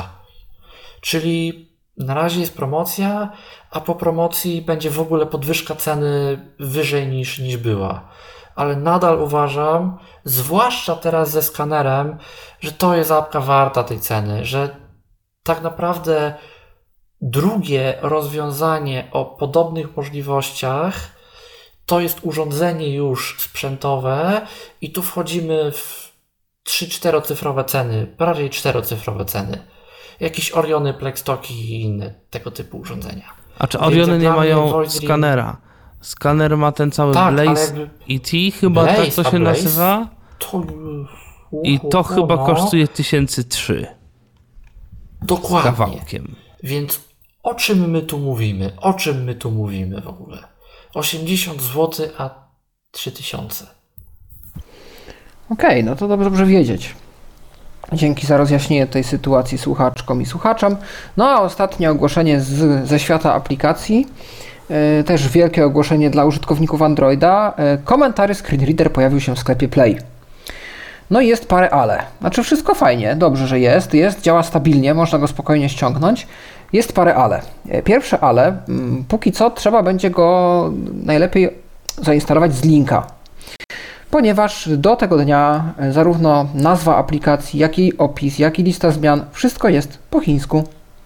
Czyli na razie jest promocja, a po promocji będzie w ogóle podwyżka ceny wyżej niż, niż była. Ale nadal uważam, zwłaszcza teraz ze skanerem, że to jest apka warta tej ceny, że tak naprawdę drugie rozwiązanie o podobnych możliwościach to jest urządzenie już sprzętowe i tu wchodzimy w trzy-czterocyfrowe ceny, bardziej czterocyfrowe ceny. Jakieś Oriony, Plextoki i inne tego typu urządzenia. A czy Oriony nie mają skanera? Skaner ma ten cały tak, Blaze jakby... E T chyba, Blaze, tak to się Blaze? nazywa? To... I to chyba no. kosztuje tysięcy trzy. Dokładnie. Z kawałkiem. Więc o czym my tu mówimy? O czym my tu mówimy w ogóle? osiemdziesiąt złotych, a trzy tysiące. Okej, okay, no to dobrze, dobrze wiedzieć. Dzięki za rozjaśnienie tej sytuacji słuchaczkom i słuchaczom. No a ostatnie ogłoszenie z, ze świata aplikacji. Yy, też wielkie ogłoszenie dla użytkowników Androida. Yy, komentary Screen Reader pojawił się w sklepie Play. No i jest parę ale. Znaczy wszystko fajnie, dobrze, że jest. Jest, działa stabilnie, można go spokojnie ściągnąć. Jest parę ale. Pierwsze ale, póki co trzeba będzie go najlepiej zainstalować z linka. Ponieważ do tego dnia zarówno nazwa aplikacji, jak i opis, jak i lista zmian, wszystko jest po chińsku.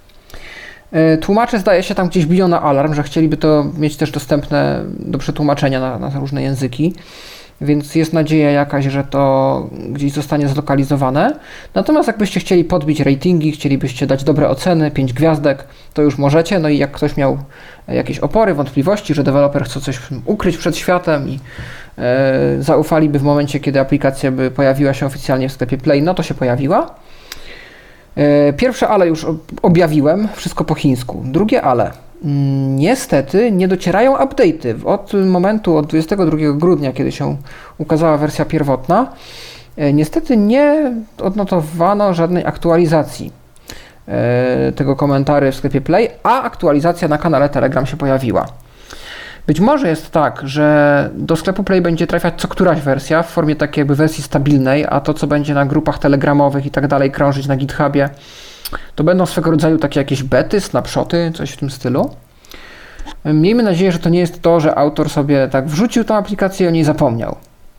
Tłumacze zdaje się tam gdzieś biją na alarm, że chcieliby to mieć też dostępne do przetłumaczenia na, na różne języki. więc jest nadzieja jakaś, że to gdzieś zostanie zlokalizowane. Natomiast jakbyście chcieli podbić ratingi, chcielibyście dać dobre oceny, pięć gwiazdek, to już możecie. No i jak ktoś miał jakieś opory, wątpliwości, że deweloper chce coś ukryć przed światem i e, zaufaliby w momencie, kiedy aplikacja by pojawiła się oficjalnie w sklepie Play, no to się pojawiła. E, pierwsze ale już objawiłem, wszystko po chińsku. Drugie ale. Niestety nie docierają update'y. Od momentu, od dwudziestego drugiego grudnia, kiedy się ukazała wersja pierwotna, niestety nie odnotowano żadnej aktualizacji tego komentarzy w sklepie Play, a aktualizacja na kanale Telegram się pojawiła. Być może jest tak, że do sklepu Play będzie trafiać co któraś wersja w formie takiej jakby wersji stabilnej, a to, co będzie na grupach telegramowych i tak dalej krążyć na GitHubie, to będą swego rodzaju takie jakieś bety, snapshoty, coś w tym stylu. Miejmy nadzieję, że to nie jest to, że autor sobie tak wrzucił tą aplikację i o niej zapomniał.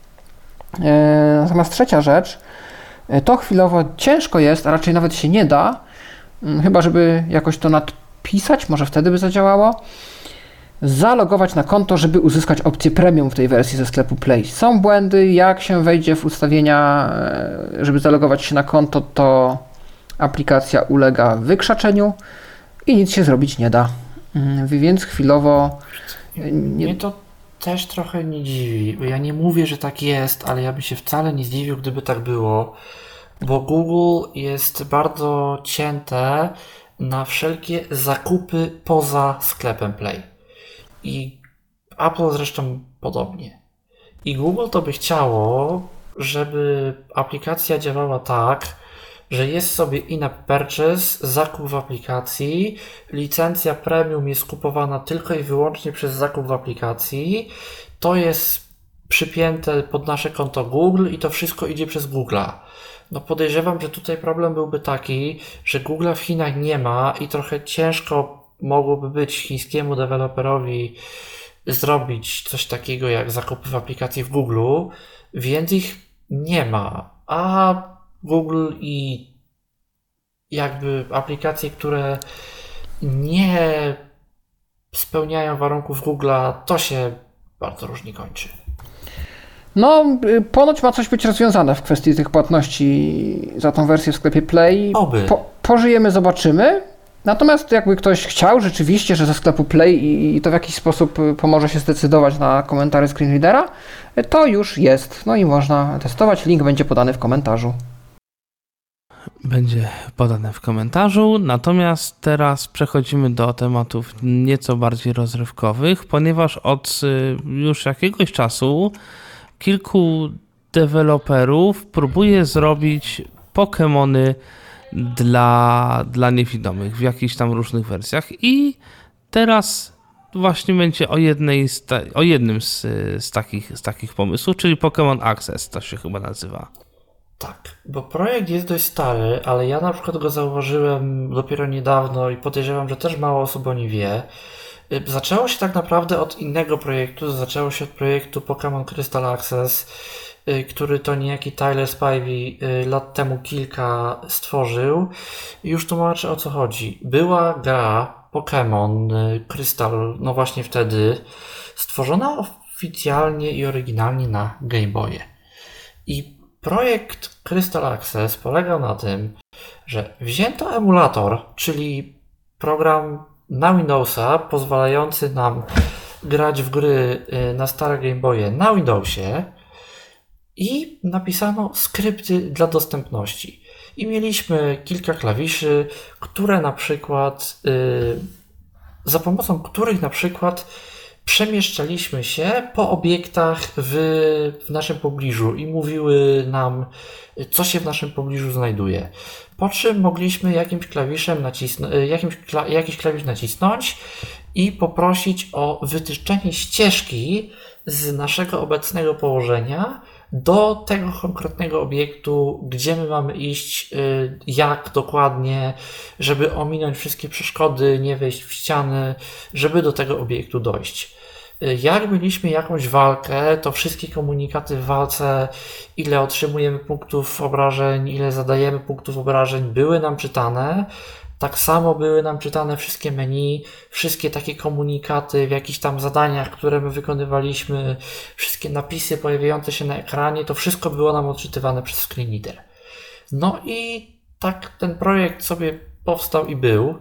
E, natomiast trzecia rzecz, to chwilowo ciężko jest, a raczej nawet się nie da, chyba żeby jakoś to nadpisać, może wtedy by zadziałało, zalogować na konto, żeby uzyskać opcję premium w tej wersji ze sklepu Play. Są błędy, jak się wejdzie w ustawienia, żeby zalogować się na konto, to aplikacja ulega wykrzaczeniu i nic się zrobić nie da. Więc chwilowo... Nie... Mnie to też trochę nie dziwi. Ja nie mówię, że tak jest, ale ja bym się wcale nie zdziwił, gdyby tak było, bo Google jest bardzo cięte na wszelkie zakupy poza sklepem Play. I Apple zresztą podobnie. I Google to by chciało, żeby aplikacja działała tak, że jest sobie in-app purchase, zakup w aplikacji, licencja premium jest kupowana tylko i wyłącznie przez zakup w aplikacji, to jest przypięte pod nasze konto Google i to wszystko idzie przez Google'a. No podejrzewam, że tutaj problem byłby taki, że Google'a w Chinach nie ma i trochę ciężko mogłoby być chińskiemu deweloperowi zrobić coś takiego jak zakupy w aplikacji w Google'u, więc ich nie ma. A Google i jakby aplikacje, które nie spełniają warunków Google'a, to się bardzo różnie kończy. No, ponoć ma coś być rozwiązane w kwestii tych płatności za tą wersję w sklepie Play. Oby. Po, pożyjemy, zobaczymy. Natomiast jakby ktoś chciał rzeczywiście, że ze sklepu Play i, i to w jakiś sposób pomoże się zdecydować na komentarze screenreadera, to już jest. No i można testować. Link będzie podany w komentarzu. Będzie podane w komentarzu, natomiast teraz przechodzimy do tematów nieco bardziej rozrywkowych, ponieważ od już jakiegoś czasu kilku deweloperów próbuje zrobić Pokemony dla, dla niewidomych w jakichś tam różnych wersjach i teraz właśnie będzie o, jednej z ta, o jednym z, z, takich, z takich pomysłów, czyli Pokémon Access, to się chyba nazywa. Tak, bo projekt jest dość stary, ale ja na przykład go zauważyłem dopiero niedawno i podejrzewam, że też mało osób o nim wie. Zaczęło się tak naprawdę od innego projektu, zaczęło się od projektu Pokémon Crystal Access, który to niejaki Tyler Spivey lat temu kilka stworzył. I już tłumaczę, o co chodzi. Była gra Pokémon Crystal, no właśnie wtedy, stworzona oficjalnie i oryginalnie na Game Boye. I projekt Crystal Access polegał na tym, że wzięto emulator, czyli program na Windowsa pozwalający nam grać w gry na stare Game Boye na Windowsie i napisano skrypty dla dostępności. I mieliśmy kilka klawiszy, które na przykład, yy, za pomocą których na przykład przemieszczaliśmy się po obiektach w, w naszym pobliżu i mówiły nam, co się w naszym pobliżu znajduje. Po czym mogliśmy jakimś klawiszem nacisnąć, jakimś kla, jakiś klawisz nacisnąć i poprosić o wytyczenie ścieżki z naszego obecnego położenia do tego konkretnego obiektu, gdzie my mamy iść, jak dokładnie, żeby ominąć wszystkie przeszkody, nie wejść w ściany, żeby do tego obiektu dojść. Jak mieliśmy jakąś walkę, to wszystkie komunikaty w walce, ile otrzymujemy punktów obrażeń, ile zadajemy punktów obrażeń, były nam czytane, Tak samo były nam czytane wszystkie menu, wszystkie takie komunikaty w jakichś tam zadaniach, które my wykonywaliśmy, wszystkie napisy pojawiające się na ekranie, to wszystko było nam odczytywane przez screen reader. No i tak ten projekt sobie powstał i był,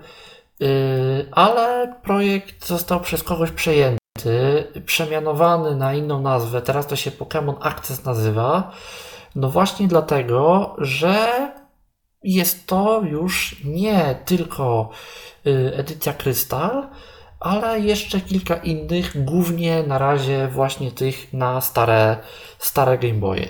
ale projekt został przez kogoś przejęty, przemianowany na inną nazwę, teraz to się Pokémon Access nazywa, no właśnie dlatego, że jest to już nie tylko edycja Krystal, ale jeszcze kilka innych, głównie na razie właśnie tych na stare, stare Game Boye.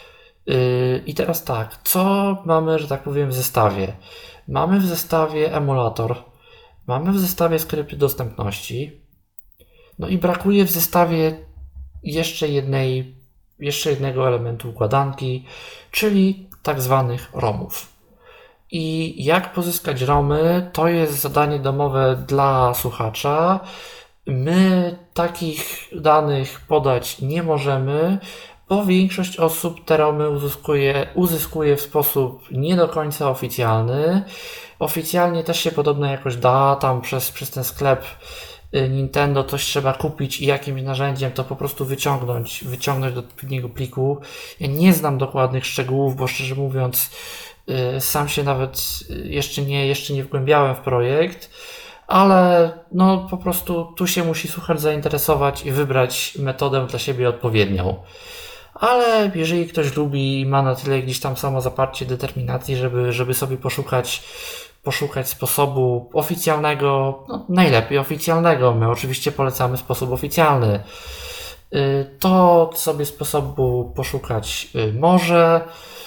I teraz tak, co mamy, że tak powiem, w zestawie? Mamy w zestawie emulator, mamy w zestawie skrypty dostępności, no i brakuje w zestawie jeszcze jednej, jeszcze jednego elementu układanki, czyli tak zwanych romów. I jak pozyskać romy, to jest zadanie domowe dla słuchacza. My takich danych podać nie możemy, bo większość osób te romy uzyskuje, uzyskuje w sposób nie do końca oficjalny. Oficjalnie też się podobno jakoś da, tam przez, przez ten sklep Nintendo coś trzeba kupić i jakimś narzędziem to po prostu wyciągnąć, wyciągnąć do odpowiedniego pliku. Ja nie znam dokładnych szczegółów, bo szczerze mówiąc sam się nawet jeszcze nie, jeszcze nie wgłębiałem w projekt, ale no po prostu tu się musi słuchacz zainteresować i wybrać metodę dla siebie odpowiednią. Ale jeżeli ktoś lubi i ma na tyle gdzieś tam samozaparcie, determinacji, żeby, żeby sobie poszukać, poszukać sposobu oficjalnego, no najlepiej oficjalnego, my oczywiście polecamy sposób oficjalny, to sobie sposobu poszukać może.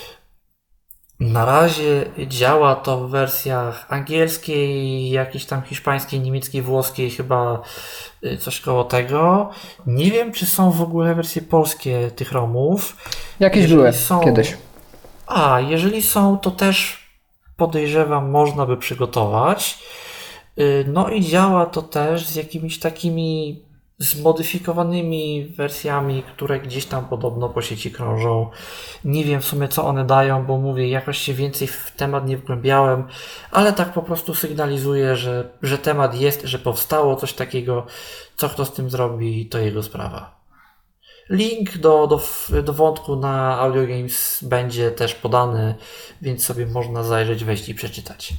Na razie działa to w wersjach angielskiej, jakiejś tam hiszpańskiej, niemieckiej, włoskiej, chyba coś koło tego. Nie wiem, czy są w ogóle wersje polskie tych romów. Jakieś jeżeli były są... kiedyś. A, jeżeli są, to też podejrzewam, można by przygotować. No i działa to też z jakimiś takimi zmodyfikowanymi wersjami, które gdzieś tam podobno po sieci krążą. Nie wiem w sumie, co one dają, bo mówię, jakoś się więcej w temat nie wgłębiałem, ale tak po prostu sygnalizuję, że, że temat jest, że powstało coś takiego, co kto z tym zrobi, to jego sprawa. Link do, do, do wątku na Audio Games będzie też podany, więc sobie można zajrzeć, wejść i przeczytać.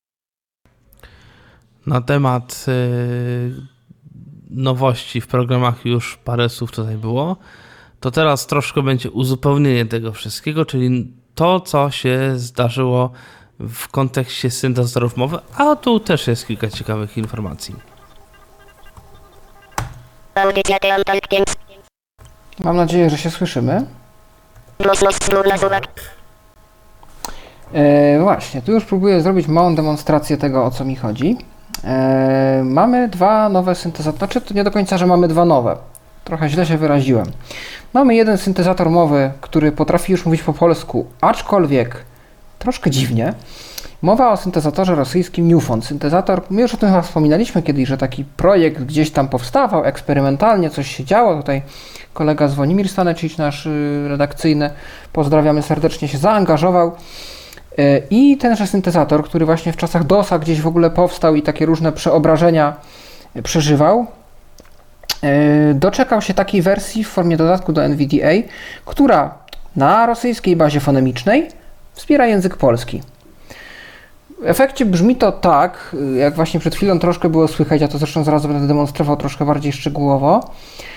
Na temat yy... nowości w programach już parę słów tutaj było, to teraz troszkę będzie uzupełnienie tego wszystkiego, czyli to, co się zdarzyło w kontekście syntezatorów mowy, a tu też jest kilka ciekawych informacji. Mam nadzieję, że się słyszymy. E, właśnie, tu już próbuję zrobić małą demonstrację tego, o co mi chodzi. E, mamy dwa nowe syntezatory, znaczy to nie do końca, że mamy dwa nowe, trochę źle się wyraziłem. Mamy jeden syntezator mowy, który potrafi już mówić po polsku, aczkolwiek troszkę dziwnie. Mowa o syntezatorze rosyjskim Newfont. Syntezator, my już o tym chyba wspominaliśmy kiedyś, że taki projekt gdzieś tam powstawał, eksperymentalnie coś się działo. Tutaj kolega Zwonimir Stanecić, nasz redakcyjny, pozdrawiamy serdecznie, się zaangażował. I tenże syntezator, który właśnie w czasach dosa gdzieś w ogóle powstał i takie różne przeobrażenia przeżywał, doczekał się takiej wersji w formie dodatku do N V D A, która na rosyjskiej bazie fonemicznej wspiera język polski. W efekcie brzmi to tak, jak właśnie przed chwilą troszkę było słychać, ja to zresztą zaraz będę demonstrował troszkę bardziej szczegółowo,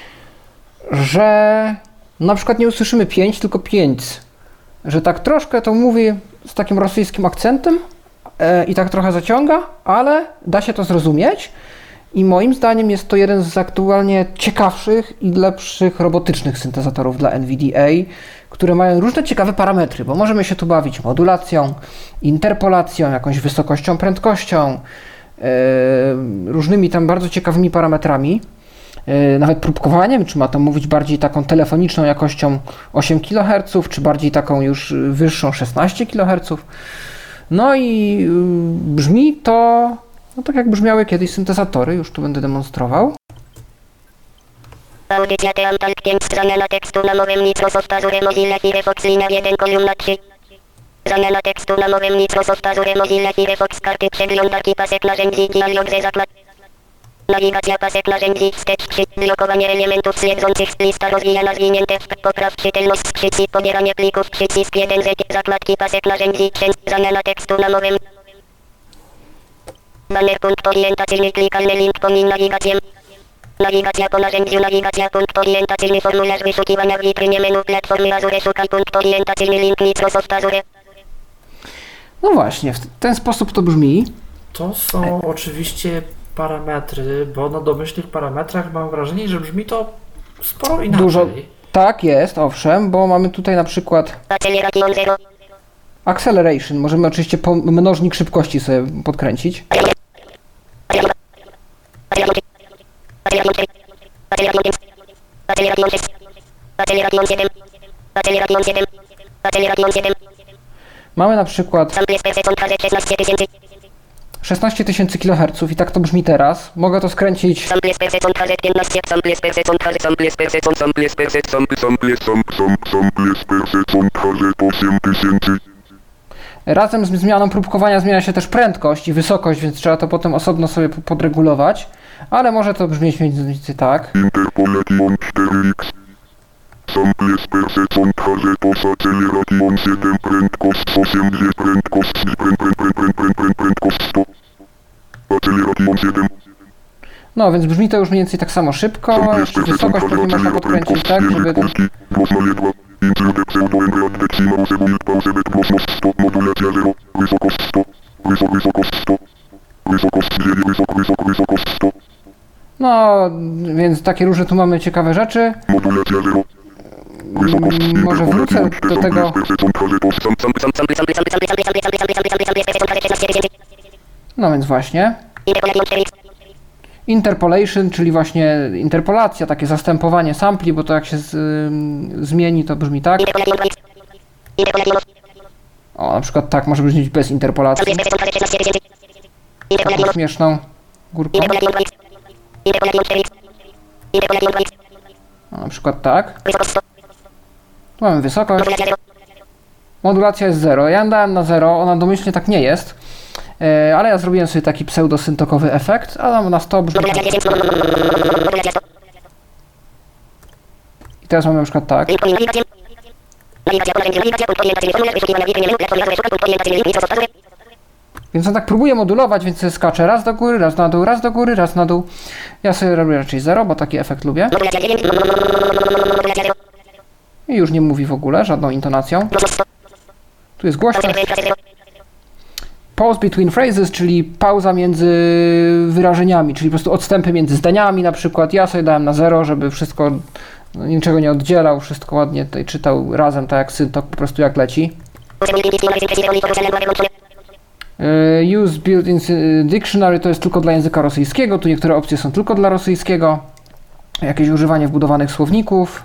że na przykład nie usłyszymy pięć, tylko pięć. Że tak troszkę to mówi z takim rosyjskim akcentem e, i tak trochę zaciąga, ale da się to zrozumieć i moim zdaniem jest to jeden z aktualnie ciekawszych i lepszych robotycznych syntezatorów dla N V D A, które mają różne ciekawe parametry, bo możemy się tu bawić modulacją, interpolacją, jakąś wysokością, prędkością, e, różnymi tam bardzo ciekawymi parametrami. Nawet próbkowaniem, czy ma to mówić bardziej taką telefoniczną jakością osiem kiloherców, czy bardziej taką już wyższą szesnaście kiloherców. No i brzmi to no tak jak brzmiały kiedyś syntezatory, już tu będę demonstrował. Audycja Teamtalk pięć, strona tekstu na nowym Microsoft Azure Mozilla Firefox Lina jeden kolumna trzy. Zamiana tekstu na nowym Microsoft Azure Mozilla Firefox karty przeglądarki pasek narzędzi dialog ze zakład. Nawigacja pasek narzędzi sketch trzy blokowanie elementów śledzących lista rozwijana zwinięte w popraw czytelność przycisk pobieranie plików przycisk jeden z zakładki pasek narzędzi zamiana tekstu na nowym. Banner punkt orientacyjny klikalny link pomin nawigację. Nawigacja po narzędziu nawigacja punkt orientacyjny formularz wyszukiwania w witrynie menu platformy Azure szukaj punkt orientacyjny link Microsoft Azure. No właśnie, w ten sposób to brzmi. To są oczywiście parametry, bo na domyślnych parametrach mam wrażenie, że brzmi to sporo inaczej. Dużo. Tak jest, owszem, bo mamy tutaj na przykład acceleration. Możemy oczywiście po mnożnik szybkości sobie podkręcić. Mamy na przykład szesnaście tysięcy kiloherców i tak to brzmi teraz. Mogę to skręcić razem z zmianą próbkowania zmienia się też prędkość i wysokość, więc trzeba to potem osobno sobie podregulować, ale może to brzmieć mniej więcej tak. Interpolation cztery x. Samples per sekund H Z to acceleration siedem prędkość osiem G prędkość pręd pręd pręd pręd pręd pręd prędkość sto. Acceleration siedem. No, więc brzmi to już mniej więcej tak samo szybko. Wysokość pewnie można podkręcić tak, żeby... Include pseudo-embreat decimal segund pause bet głośność sto, modulacja zero, wysokość sto, wysok, wysokość sto, wysokość dziewięć, wysok, wysok, wysokość sto. No, więc takie różne tu mamy ciekawe rzeczy. Modulacja zero, wysokość Mm, może wrócę do tego. No więc właśnie. Interpolation, czyli właśnie interpolacja, takie zastępowanie sampli, bo to jak się z, y, zmieni, to brzmi tak. O, na przykład tak może brzmieć bez interpolacji. Taką śmieszną górką. O, na przykład tak. Tu mamy wysokość. Modulacja jest zero. Ja dałem na zero, ona domyślnie tak nie jest. E, ale ja zrobiłem sobie taki pseudosyntokowy efekt, a na sto brzmi tak. I teraz mamy na przykład tak. Więc on tak próbuje modulować, więc sobie skacze raz do góry, raz na dół, raz do góry, raz na dół. Ja sobie robię raczej zero, bo taki efekt lubię. I już nie mówi w ogóle, żadną intonacją. Tu jest głośność. Pause between phrases, czyli pauza między wyrażeniami, czyli po prostu odstępy między zdaniami na przykład. Ja sobie dałem na zero, żeby wszystko, no, niczego nie oddzielał, wszystko ładnie tutaj czytał razem, tak jak syntok, po prostu jak leci. Use built-in dictionary to jest tylko dla języka rosyjskiego, tu niektóre opcje są tylko dla rosyjskiego. Jakieś używanie wbudowanych słowników.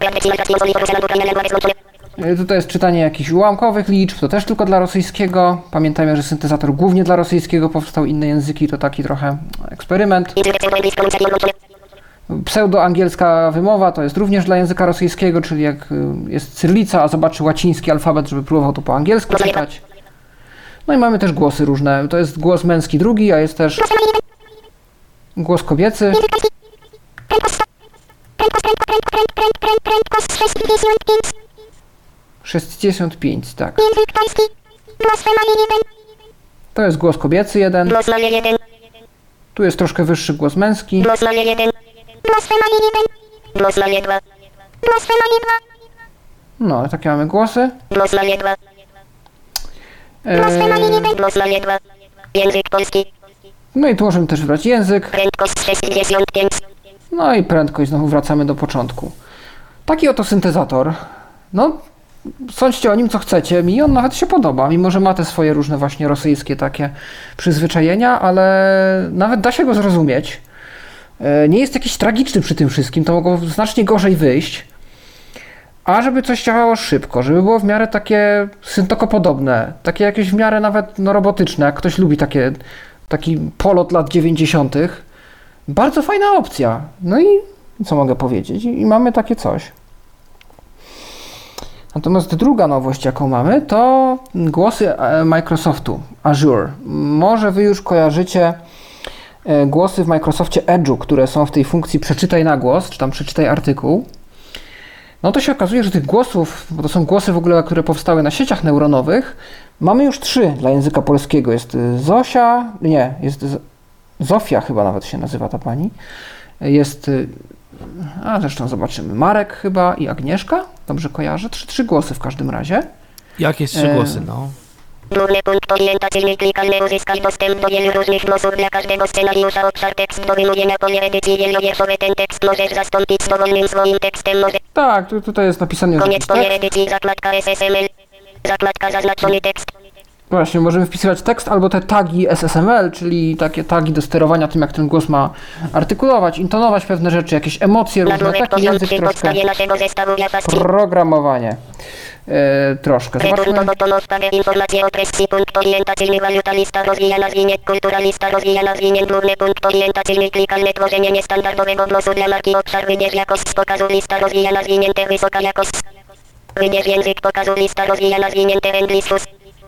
Tutaj jest czytanie jakichś ułamkowych liczb, to też tylko dla rosyjskiego. Pamiętajmy, że syntezator głównie dla rosyjskiego powstał, inne języki to taki trochę eksperyment. Pseudo-angielska wymowa to jest również dla języka rosyjskiego, czyli jak jest cyrylica, a zobaczy łaciński alfabet, żeby próbował to po angielsku czytać. No i mamy też głosy różne. To jest głos męski drugi, a jest też głos kobiecy. sześćdziesiąt pięć, tak. To jest głos kobiecy jeden. Tu jest troszkę wyższy głos męski. No, takie mamy głosy. Eee... Język polski. No i tu możemy też wybrać język. No i prędkość, znowu wracamy do początku. Taki oto syntezator. No, sądźcie o nim co chcecie, mi on nawet się podoba, mimo że ma te swoje różne właśnie rosyjskie takie przyzwyczajenia, ale nawet da się go zrozumieć. Nie jest jakiś tragiczny przy tym wszystkim, to mogło znacznie gorzej wyjść. A żeby coś działało szybko, żeby było w miarę takie syntokopodobne, takie jakieś w miarę nawet no, robotyczne, jak ktoś lubi takie, taki polot lat dziewięćdziesiątych. Bardzo fajna opcja. No i co mogę powiedzieć? I mamy takie coś. Natomiast druga nowość, jaką mamy, to głosy Microsoftu, Azure. Może wy już kojarzycie głosy w Microsoftie Edge'u, które są w tej funkcji przeczytaj na głos, czy tam przeczytaj artykuł. No to się okazuje, że tych głosów, bo to są głosy w ogóle, które powstały na sieciach neuronowych, mamy już trzy dla języka polskiego. Jest Zosia, nie, jest Zofia chyba nawet się nazywa ta pani. Jest, a zresztą zobaczymy, Marek chyba i Agnieszka, dobrze kojarzę? Trzy, trzy głosy w każdym razie. Jakieś trzy E... głosy, no. Główny punkt orientacyjny klikalny uzyskać dostęp do wielu różnych głosów dla każdego scenariusza. Obszar tekstowy mówię na pole edycji wielowierszowe. Ten tekst możesz zastąpić z dowolnym swoim tekstem. Może... Tak, tu, tutaj jest napisane... Koniec pole edycji, zakładka S S M L, zakładka zaznaczony tekst. Właśnie, możemy wpisywać tekst albo te tagi S S M L, czyli takie tagi do sterowania tym, jak ten głos ma artykulować, intonować pewne rzeczy, jakieś emocje różne, taki język troszkę... Programowanie. E, troszkę. Zobaczmy. Informacje o presji, punkt orientacyjny, waluta, lista rozwijana, zwinięt, kultura, lista rozwijana, zwinięt, główny punkt orientacyjny, klikalne tworzenie niestandardowego głosu dla marki, obszar, wybierz jakość z pokazu, lista rozwijana, zwinięte, wysoka jakość. Wybierz język pokazu, lista rozwijana, zwinięte, Engliskus.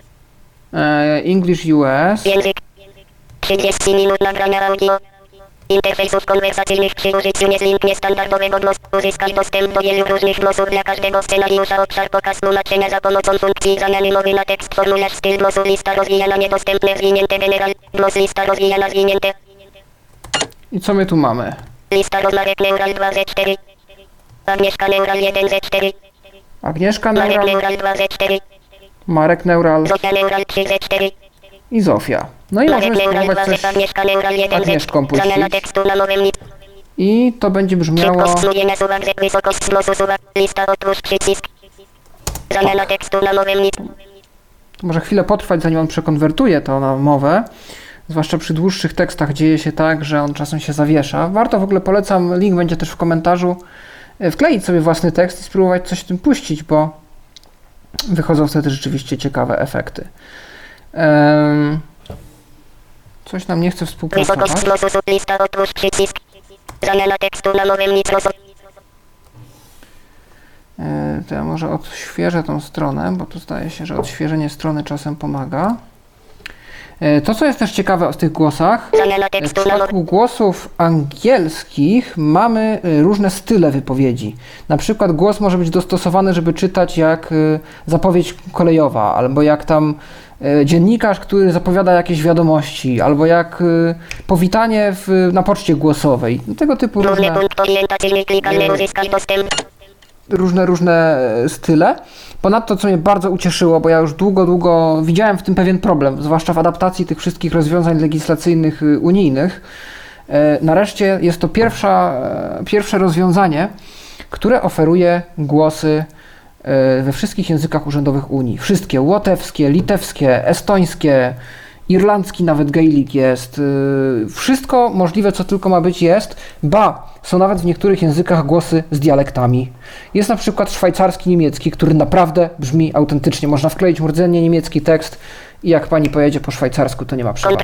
E, English U S. Język. trzydzieści minut nagrania audio. Interfejsów konwersacyjnych przy użyciu niezlink niestandardowego głosu. Uzyskaj dostęp do wielu różnych głosów dla każdego scenariusza. Obszar pokaz tłumaczenia za pomocą funkcji zamiany mowy na tekst. Formularz styl głosu. Lista rozwijana niedostępne zwinięte general. Głos lista rozwijana zwinięte. I co my tu mamy? Lista rozmarek neural dwa Z cztery. Agnieszka neural jeden Z cztery. Agnieszka Marek neural. neural dwa Z cztery. Marek neural. Zofia neural trzy Z cztery. I Zofia. No i Marek możemy neural spróbować dwa coś Z Agnieszka neural jeden Z. Agnieszką puścić. Zamiana tekstu na mowę nic. I to będzie brzmiało... Szybkość mówienia suwak, wysokość głosu suwak, lista otwórz przycisk. Zamiana tekstu na mowę nic. Może chwilę potrwać, zanim on przekonwertuje to na mowę. Zwłaszcza przy dłuższych tekstach dzieje się tak, że on czasem się zawiesza. Warto w ogóle, polecam, link będzie też w komentarzu, wkleić sobie własny tekst i spróbować coś w tym puścić, bo wychodzą wtedy rzeczywiście ciekawe efekty. Um, coś nam nie chce współpracować. Wysokość głosu, lista otwórz przycisk. Zamiana tekstu na mowę nic. To ja może odświeżę tą stronę, bo tu zdaje się, że odświeżenie strony czasem pomaga. To, co jest też ciekawe o tych głosach, w przypadku głosów angielskich mamy różne style wypowiedzi. Na przykład głos może być dostosowany, żeby czytać jak zapowiedź kolejowa, albo jak tam dziennikarz, który zapowiada jakieś wiadomości, albo jak powitanie w, na poczcie głosowej. Tego typu różne, różne, różne style. Ponadto, co mnie bardzo ucieszyło, bo ja już długo, długo widziałem w tym pewien problem, zwłaszcza w adaptacji tych wszystkich rozwiązań legislacyjnych unijnych. Nareszcie jest to pierwsza, pierwsze rozwiązanie, które oferuje głosy we wszystkich językach urzędowych Unii. Wszystkie łotewskie, litewskie, estońskie, irlandzki nawet gaelic jest. Wszystko możliwe, co tylko ma być, jest. Ba, są nawet w niektórych językach głosy z dialektami. Jest na przykład szwajcarski niemiecki, który naprawdę brzmi autentycznie. Można wkleić mu rdzennie niemiecki tekst i jak pani pojedzie po szwajcarsku, to nie ma przepaści.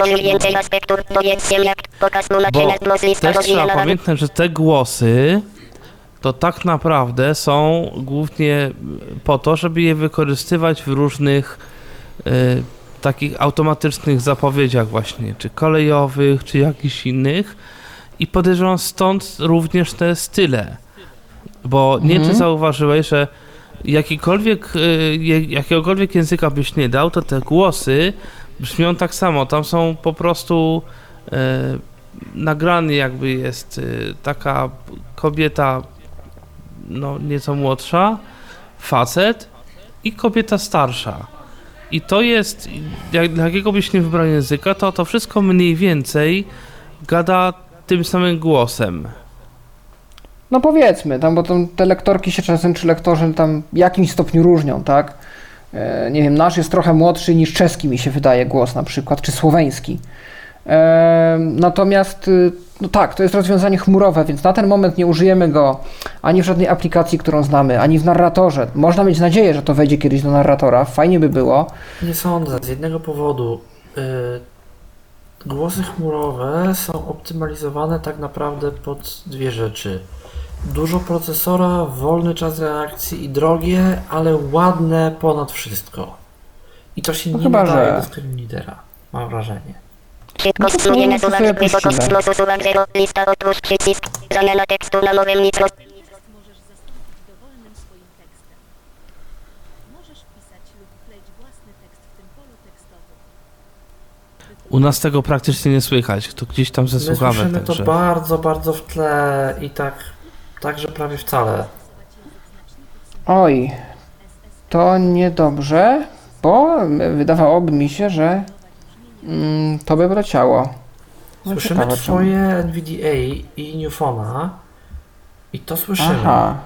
Bo też trzeba pamiętać, że te głosy to tak naprawdę są głównie po to, żeby je wykorzystywać w różnych y, takich automatycznych zapowiedziach właśnie, czy kolejowych, czy jakichś innych i podejrzewam stąd również te style, bo nie mhm. czy zauważyłeś, że jakikolwiek, jakiegokolwiek języka byś nie dał, to te głosy brzmią tak samo, tam są po prostu e, nagrany jakby jest e, taka kobieta no nieco młodsza, facet i kobieta starsza. I to jest, jak, dla jakiego byś nie wybrał języka, to to wszystko mniej więcej gada tym samym głosem. No powiedzmy, tam, bo tam te lektorki się czasem, czy lektorzy tam w jakimś stopniu różnią, tak? E, nie wiem, nasz jest trochę młodszy niż czeski, mi się wydaje, głos na przykład, czy słoweński. E, natomiast, no tak, to jest rozwiązanie chmurowe, więc na ten moment nie użyjemy go ani w żadnej aplikacji, którą znamy, ani w narratorze. Można mieć nadzieję, że to wejdzie kiedyś do narratora, fajnie by było. Nie sądzę, z jednego powodu. Yy, głosy chmurowe są optymalizowane tak naprawdę pod dwie rzeczy. Dużo procesora, wolny czas reakcji i drogie, ale ładne ponad wszystko. I to się No nie chyba, nadaje że- do screen readera, mam wrażenie. Szybkość No to sumienia sobie suwak, puścimy. wysokość losu suwak zero, lista otwórz przycisk, zamiana tekstu na nowym nitro. Możesz zastąpić dowolnym swoim tekstem. Możesz wpisać lub wkleić własny tekst w tym polu tekstowym. U nas tego praktycznie nie słychać, to gdzieś tam ze My słuchawek, słyszymy także... to bardzo, bardzo w tle i tak, także prawie wcale. Oj, to niedobrze, bo wydawałoby mi się, że mm, to by wleciało. No Słyszymy ciekawe, twoje N V D A i Newfona i to czemu. słyszymy. Aha.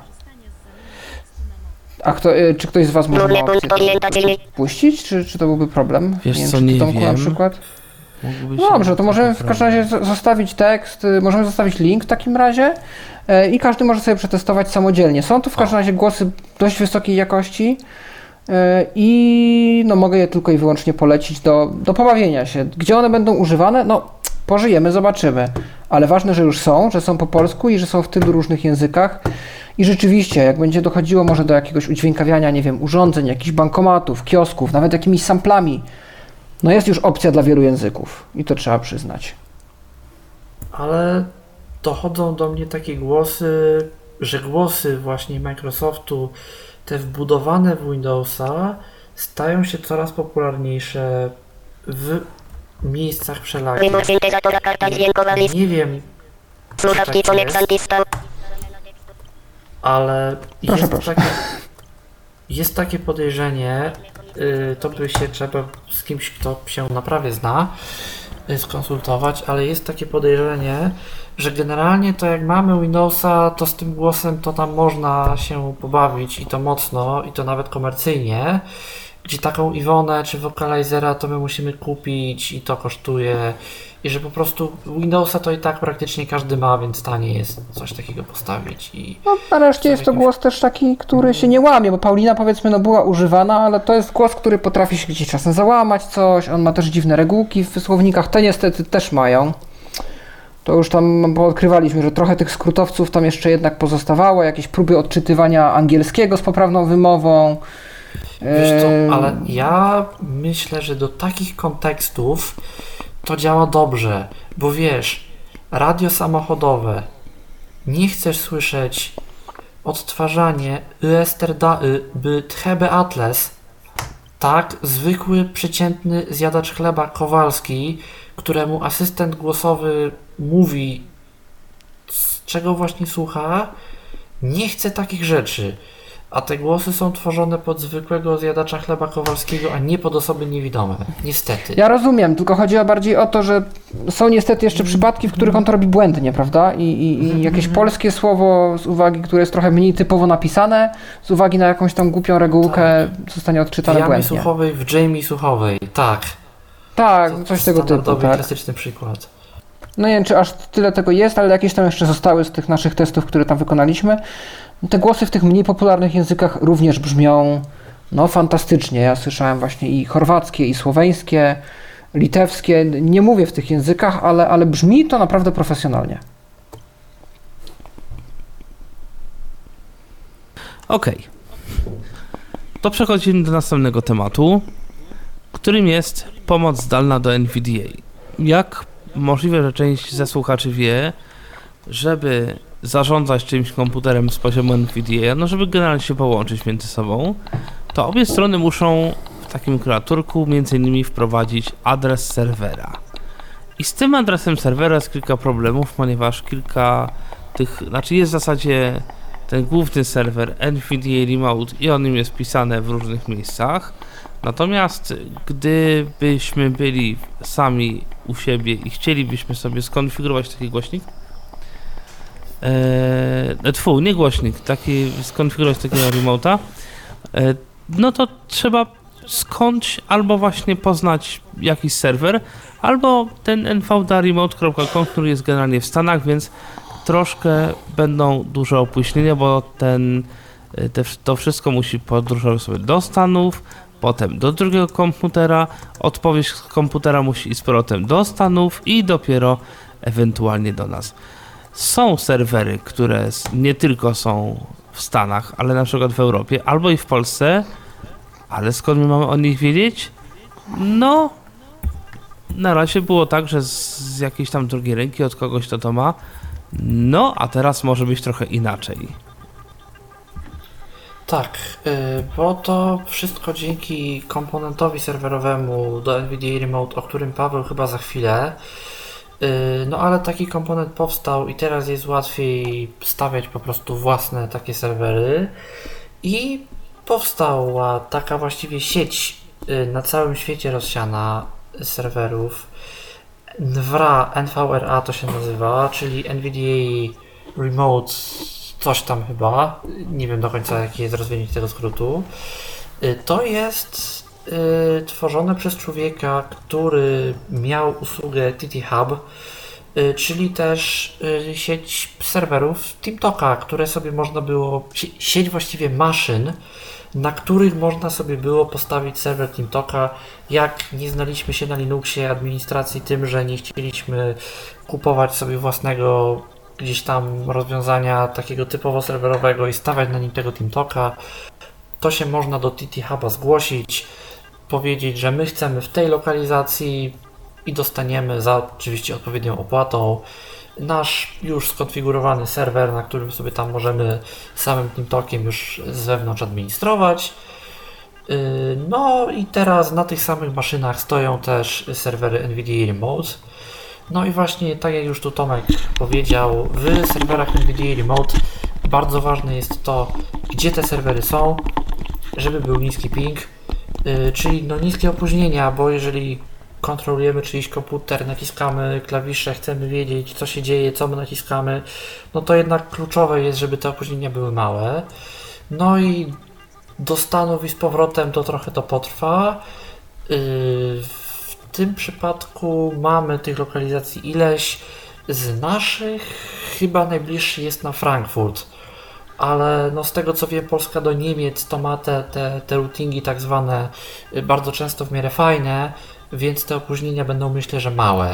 A kto, y, czy ktoś z Was może ma opcję to puścić, czy, czy to byłby problem? Wiesz nie wiem, co, czy ty, nie Tomku, na wiem. przykład? Mógłby No się dobrze, to możemy w poprawić. każdym razie z- zostawić tekst, y, możemy zostawić link w takim razie y, i każdy może sobie przetestować samodzielnie. Są tu w każdym razie głosy dość wysokiej jakości y, i no mogę je tylko i wyłącznie polecić do, do pobawienia się. Gdzie one będą używane? No pożyjemy, zobaczymy. Ale ważne, że już są, że są po polsku i że są w tylu różnych językach. I rzeczywiście, jak będzie dochodziło może do jakiegoś udźwiękawiania, nie wiem, urządzeń, jakichś bankomatów, kiosków, nawet jakimiś samplami, no jest już opcja dla wielu języków i to trzeba przyznać. Ale dochodzą do mnie takie głosy, że głosy właśnie Microsoftu, te wbudowane w Windowsa, stają się coraz popularniejsze w miejscach wszelakich. Wybór syntezatora, karta dźwiękowa, list, Nie wiem, słuchawki, tak Fonex, jest. Antistał. ale Proszę, jest, proszę. Takie, jest takie podejrzenie, y, to by się trzeba z kimś, kto się naprawdę zna, y, skonsultować, ale jest takie podejrzenie, że generalnie to jak mamy Windowsa, to z tym głosem to tam można się pobawić i to mocno, i to nawet komercyjnie, gdzie taką Iwonę czy Vocalizera to my musimy kupić i to kosztuje, i że po prostu Windowsa to i tak praktycznie każdy ma, więc tanie jest coś takiego postawić i No nareszcie jest to głos też taki, który się nie łamie, bo Paulina powiedzmy no była używana, ale to jest głos, który potrafi się gdzieś czasem załamać coś, on ma też dziwne regułki w słownikach, te niestety też mają. To już tam odkrywaliśmy, że trochę tych skrótowców tam jeszcze jednak pozostawało, jakieś próby odczytywania angielskiego z poprawną wymową. wiesz Eee, co, ale ja myślę, że do takich kontekstów to działa dobrze, bo wiesz, radio samochodowe, nie chcesz słyszeć odtwarzanie Yesterday by Thebe Atlas, tak, zwykły, przeciętny zjadacz chleba Kowalski, któremu asystent głosowy mówi, z czego właśnie słucha, nie chce takich rzeczy. A te głosy są tworzone pod zwykłego zjadacza chleba Kowalskiego, a nie pod osoby niewidome. Niestety. Ja rozumiem, tylko chodziło bardziej o to, że są niestety jeszcze przypadki, w których on to robi błędnie, prawda? I, i, i jakieś polskie słowo z uwagi, które jest trochę mniej typowo napisane, z uwagi na jakąś tam głupią regułkę zostanie W odczytane Jamie błędnie. Słuchowej, w Jamie Słuchowej. Tak. Tak, To coś tego typu, standardowy, tak. klasyczny przykład. No nie wiem, czy aż tyle tego jest, ale jakieś tam jeszcze zostały z tych naszych testów, które tam wykonaliśmy. Te głosy w tych mniej popularnych językach również brzmią no fantastycznie. Ja słyszałem właśnie i chorwackie, i słoweńskie, litewskie. Nie mówię w tych językach, ale, ale brzmi to naprawdę profesjonalnie. Okej. To przechodzimy do następnego tematu, którym jest pomoc zdalna do N V D A. Jak możliwe, że część ze słuchaczy wie, żeby zarządzać czymś komputerem z poziomu N V D A, no żeby generalnie się połączyć między sobą, to obie strony muszą w takim kreaturku między innymi wprowadzić adres serwera. I z tym adresem serwera jest kilka problemów, ponieważ kilka tych, znaczy jest w zasadzie ten główny serwer N V D A Remote i o nim jest pisane w różnych miejscach. Natomiast gdybyśmy byli sami u siebie i chcielibyśmy sobie skonfigurować taki głośnik, Eee, tfu, nie głośnik, taki, skonfigurować takiego remote'a, eee, no to trzeba skądś albo właśnie poznać jakiś serwer, albo ten n v d a remote kropka com, który jest generalnie w Stanach, więc troszkę będą duże opóźnienia, bo ten, te, to wszystko musi podróżować sobie do Stanów, potem do drugiego komputera, odpowiedź z komputera musi iść z powrotem do Stanów i dopiero ewentualnie do nas. są serwery, które s- nie tylko są w Stanach, ale na przykład w Europie, albo i w Polsce, ale skąd my mamy o nich wiedzieć? No, na razie było tak, że z, z jakiejś tam drugiej ręki od kogoś kto to ma, no, a teraz może być trochę inaczej. Tak, yy, bo to wszystko dzięki komponentowi serwerowemu do NVIDIA Remote, o którym Paweł chyba za chwilę. Yy, no ale taki komponent powstał i teraz jest łatwiej stawiać po prostu własne takie serwery i powstała taka właściwie sieć yy, na całym świecie rozsiana serwerów N V R A, N V R A to się nazywa, czyli NVIDIA Remote coś tam chyba, nie wiem do końca jakie jest rozwinięcie tego skrótu. Y, To jest y, tworzone przez człowieka, który miał usługę T T Hub, y, czyli też y, sieć serwerów TeamTalka, które sobie można było, sie- sieć właściwie maszyn, na których można sobie było postawić serwer TeamTalka, jak nie znaliśmy się na Linuxie, administracji tym, że nie chcieliśmy kupować sobie własnego gdzieś tam rozwiązania takiego typowo serwerowego i stawiać na nim tego TeamTalka, to się można do T T Huba zgłosić, powiedzieć, że my chcemy w tej lokalizacji i dostaniemy za oczywiście odpowiednią opłatą nasz już skonfigurowany serwer, na którym sobie tam możemy samym TeamTalkiem już z wewnątrz administrować. Yy, No i teraz na tych samych maszynach stoją też serwery NVIDIA Remote. No i właśnie tak jak już tu Tomek powiedział, w serwerach NVIDIA Remote bardzo ważne jest to, gdzie te serwery są, żeby był niski ping, yy, czyli no niskie opóźnienia, bo jeżeli kontrolujemy czyjś komputer, naciskamy klawisze, chcemy wiedzieć co się dzieje, co my naciskamy, no to jednak kluczowe jest, żeby te opóźnienia były małe. No i do Stanów i z powrotem to trochę to potrwa. Yy, W tym przypadku mamy tych lokalizacji ileś. Z naszych chyba najbliższy jest na Frankfurt, ale no z tego co wiem, Polska do Niemiec to ma te, te, te routingi tak zwane y, bardzo często w miarę fajne, więc te opóźnienia będą myślę, że małe.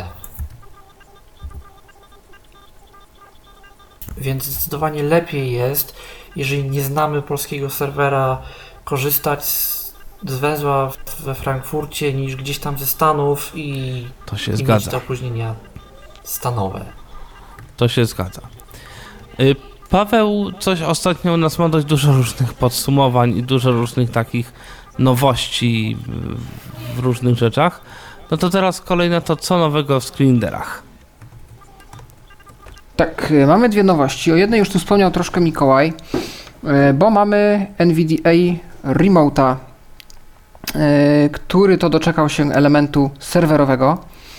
Więc zdecydowanie lepiej jest, jeżeli nie znamy polskiego serwera, korzystać z, z węzła w- we Frankfurcie niż gdzieś tam ze Stanów i, To się i mieć zgadza. te opóźnienia stanowe. To się zgadza. Y, Paweł coś ostatnio u nas ma dość dużo różnych podsumowań i dużo różnych takich nowości w- w różnych rzeczach. No to teraz kolejne to, co nowego w screenerach. Tak, y, mamy dwie nowości. O jednej już tu wspomniał troszkę Mikołaj, y, bo mamy NVIDIA Remote'a, y, który to doczekał się elementu serwerowego.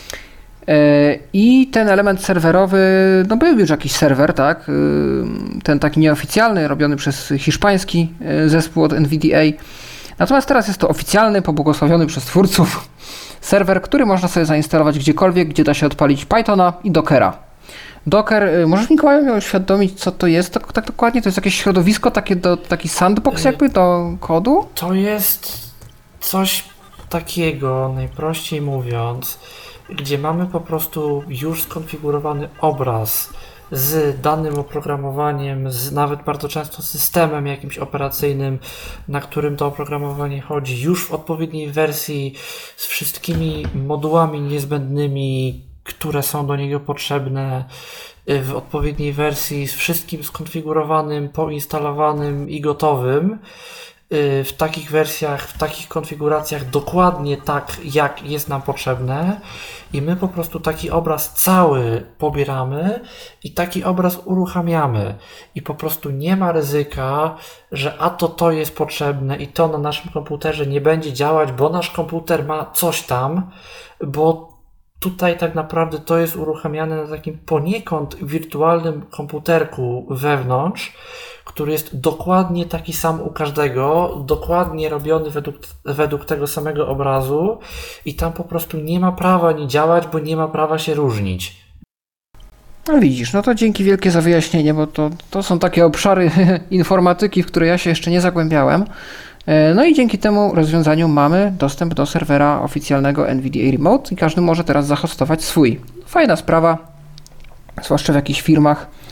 Y, I ten element serwerowy, no był już jakiś serwer, tak? Y, Ten taki nieoficjalny, robiony przez hiszpański y, zespół od NVIDIA. Natomiast teraz jest to oficjalny, pobłogosławiony przez twórców serwer, który można sobie zainstalować gdziekolwiek, gdzie da się odpalić Pythona i Dockera. Docker, y, możesz Mikołaju mi uświadomić, co to jest tak, tak dokładnie? To jest jakieś środowisko, takie do, taki sandbox Y, jakby do kodu? To jest coś takiego, najprościej mówiąc, gdzie mamy po prostu już skonfigurowany obraz z danym oprogramowaniem, z nawet bardzo często systemem jakimś operacyjnym, na którym to oprogramowanie chodzi, już w odpowiedniej wersji, z wszystkimi modułami niezbędnymi, które są do niego potrzebne, y, w odpowiedniej wersji, z wszystkim skonfigurowanym, poinstalowanym i gotowym. y, W takich wersjach, w takich konfiguracjach dokładnie tak, jak jest nam potrzebne i my po prostu taki obraz cały pobieramy i taki obraz uruchamiamy i po prostu nie ma ryzyka, że a to to jest potrzebne i to na naszym komputerze nie będzie działać, bo nasz komputer ma coś tam, bo tutaj tak naprawdę to jest uruchamiane na takim poniekąd wirtualnym komputerku wewnątrz, który jest dokładnie taki sam u każdego, dokładnie robiony według, według tego samego obrazu i tam po prostu nie ma prawa nie działać, bo nie ma prawa się różnić. No widzisz, no to dzięki wielkie za wyjaśnienie, bo to, to są takie obszary informatyki, w które ja się jeszcze nie zagłębiałem. E, No i dzięki temu rozwiązaniu mamy dostęp do serwera oficjalnego NVIDIA Remote i każdy może teraz zahostować swój. Fajna sprawa, zwłaszcza w jakichś firmach,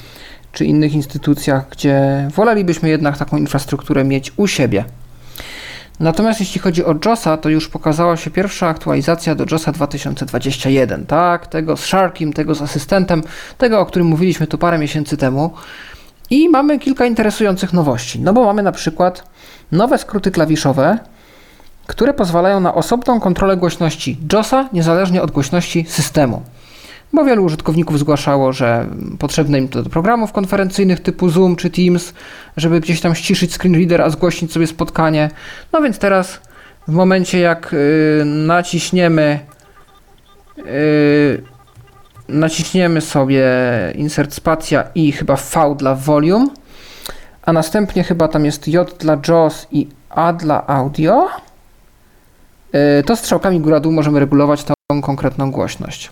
czy innych instytucjach, gdzie wolelibyśmy jednak taką infrastrukturę mieć u siebie. Natomiast jeśli chodzi o JOSa, to już pokazała się pierwsza aktualizacja do JOSa dwa tysiące dwudziestego pierwszego, tak? Tego z Sharkiem, tego z asystentem, tego, o którym mówiliśmy tu parę miesięcy temu. I mamy kilka interesujących nowości, no bo mamy na przykład nowe skróty klawiszowe, które pozwalają na osobną kontrolę głośności JOSa niezależnie od głośności systemu. Bo wielu użytkowników zgłaszało, że potrzebne im to do programów konferencyjnych typu Zoom czy Teams, żeby gdzieś tam ściszyć screen reader, a zgłośnić sobie spotkanie. No więc teraz w momencie jak yy, naciśniemy yy, naciśniemy sobie insert spacja i chyba V dla volume, a następnie chyba tam jest J dla JOS i A dla audio, yy, to strzałkami góra-dół możemy regulować tą konkretną głośność.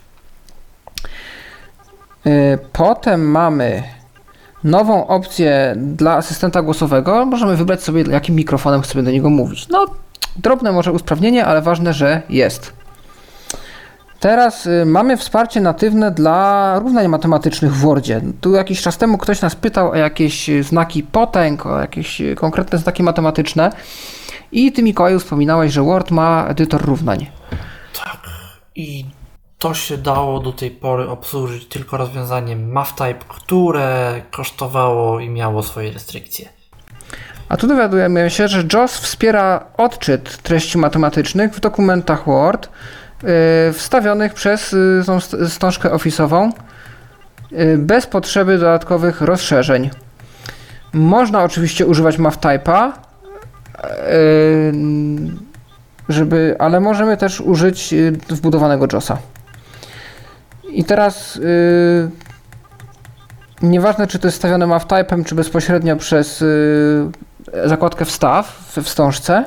Potem mamy nową opcję dla asystenta głosowego. Możemy wybrać sobie, jakim mikrofonem chcemy do niego mówić. No, drobne może usprawnienie, ale ważne, że jest. Teraz mamy wsparcie natywne dla równań matematycznych w Wordzie. Tu jakiś czas temu ktoś nas pytał o jakieś znaki potęg, o jakieś konkretne znaki matematyczne i ty, Mikołaju, wspominałeś, że Word ma edytor równań. Tak. I to się dało do tej pory obsłużyć tylko rozwiązaniem MathType, które kosztowało i miało swoje restrykcje. A tu dowiadujemy się, że JOS wspiera odczyt treści matematycznych w dokumentach Word yy, wstawionych przez yy, tą wstążkę office'ową yy, bez potrzeby dodatkowych rozszerzeń. Można oczywiście używać MathType'a, yy, żeby, ale możemy też użyć yy, wbudowanego JOSa. I teraz yy, nieważne, czy to jest stawiane MathType'em, czy bezpośrednio przez yy, zakładkę wstaw we wstążce,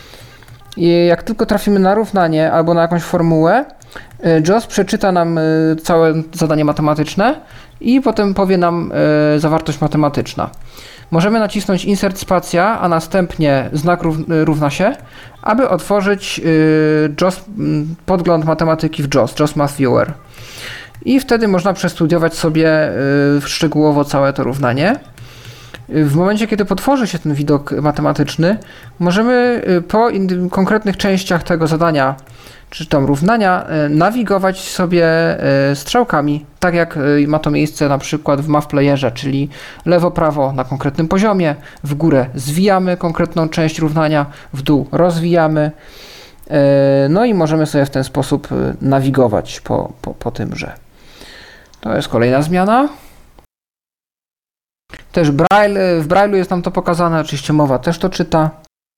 i jak tylko trafimy na równanie albo na jakąś formułę, yy, JOS przeczyta nam yy, całe zadanie matematyczne i potem powie nam yy, zawartość matematyczna. Możemy nacisnąć insert spacja, a następnie znak równa się, aby otworzyć yy, JOS, podgląd matematyki w JOS, JOS Math Viewer. I wtedy można przestudiować sobie yy, szczegółowo całe to równanie. W momencie, kiedy potworzy się ten widok matematyczny, możemy yy, po in- konkretnych częściach tego zadania, czy tam równania, yy, nawigować sobie yy, strzałkami, tak jak yy, ma to miejsce na przykład w Math Playerze, czyli lewo-prawo na konkretnym poziomie, w górę zwijamy konkretną część równania, w dół rozwijamy. Yy, no i możemy sobie w ten sposób yy, nawigować po, po, po tymże. To jest kolejna zmiana. Też Braille, w Braille'u jest nam to pokazane, oczywiście mowa też to czyta.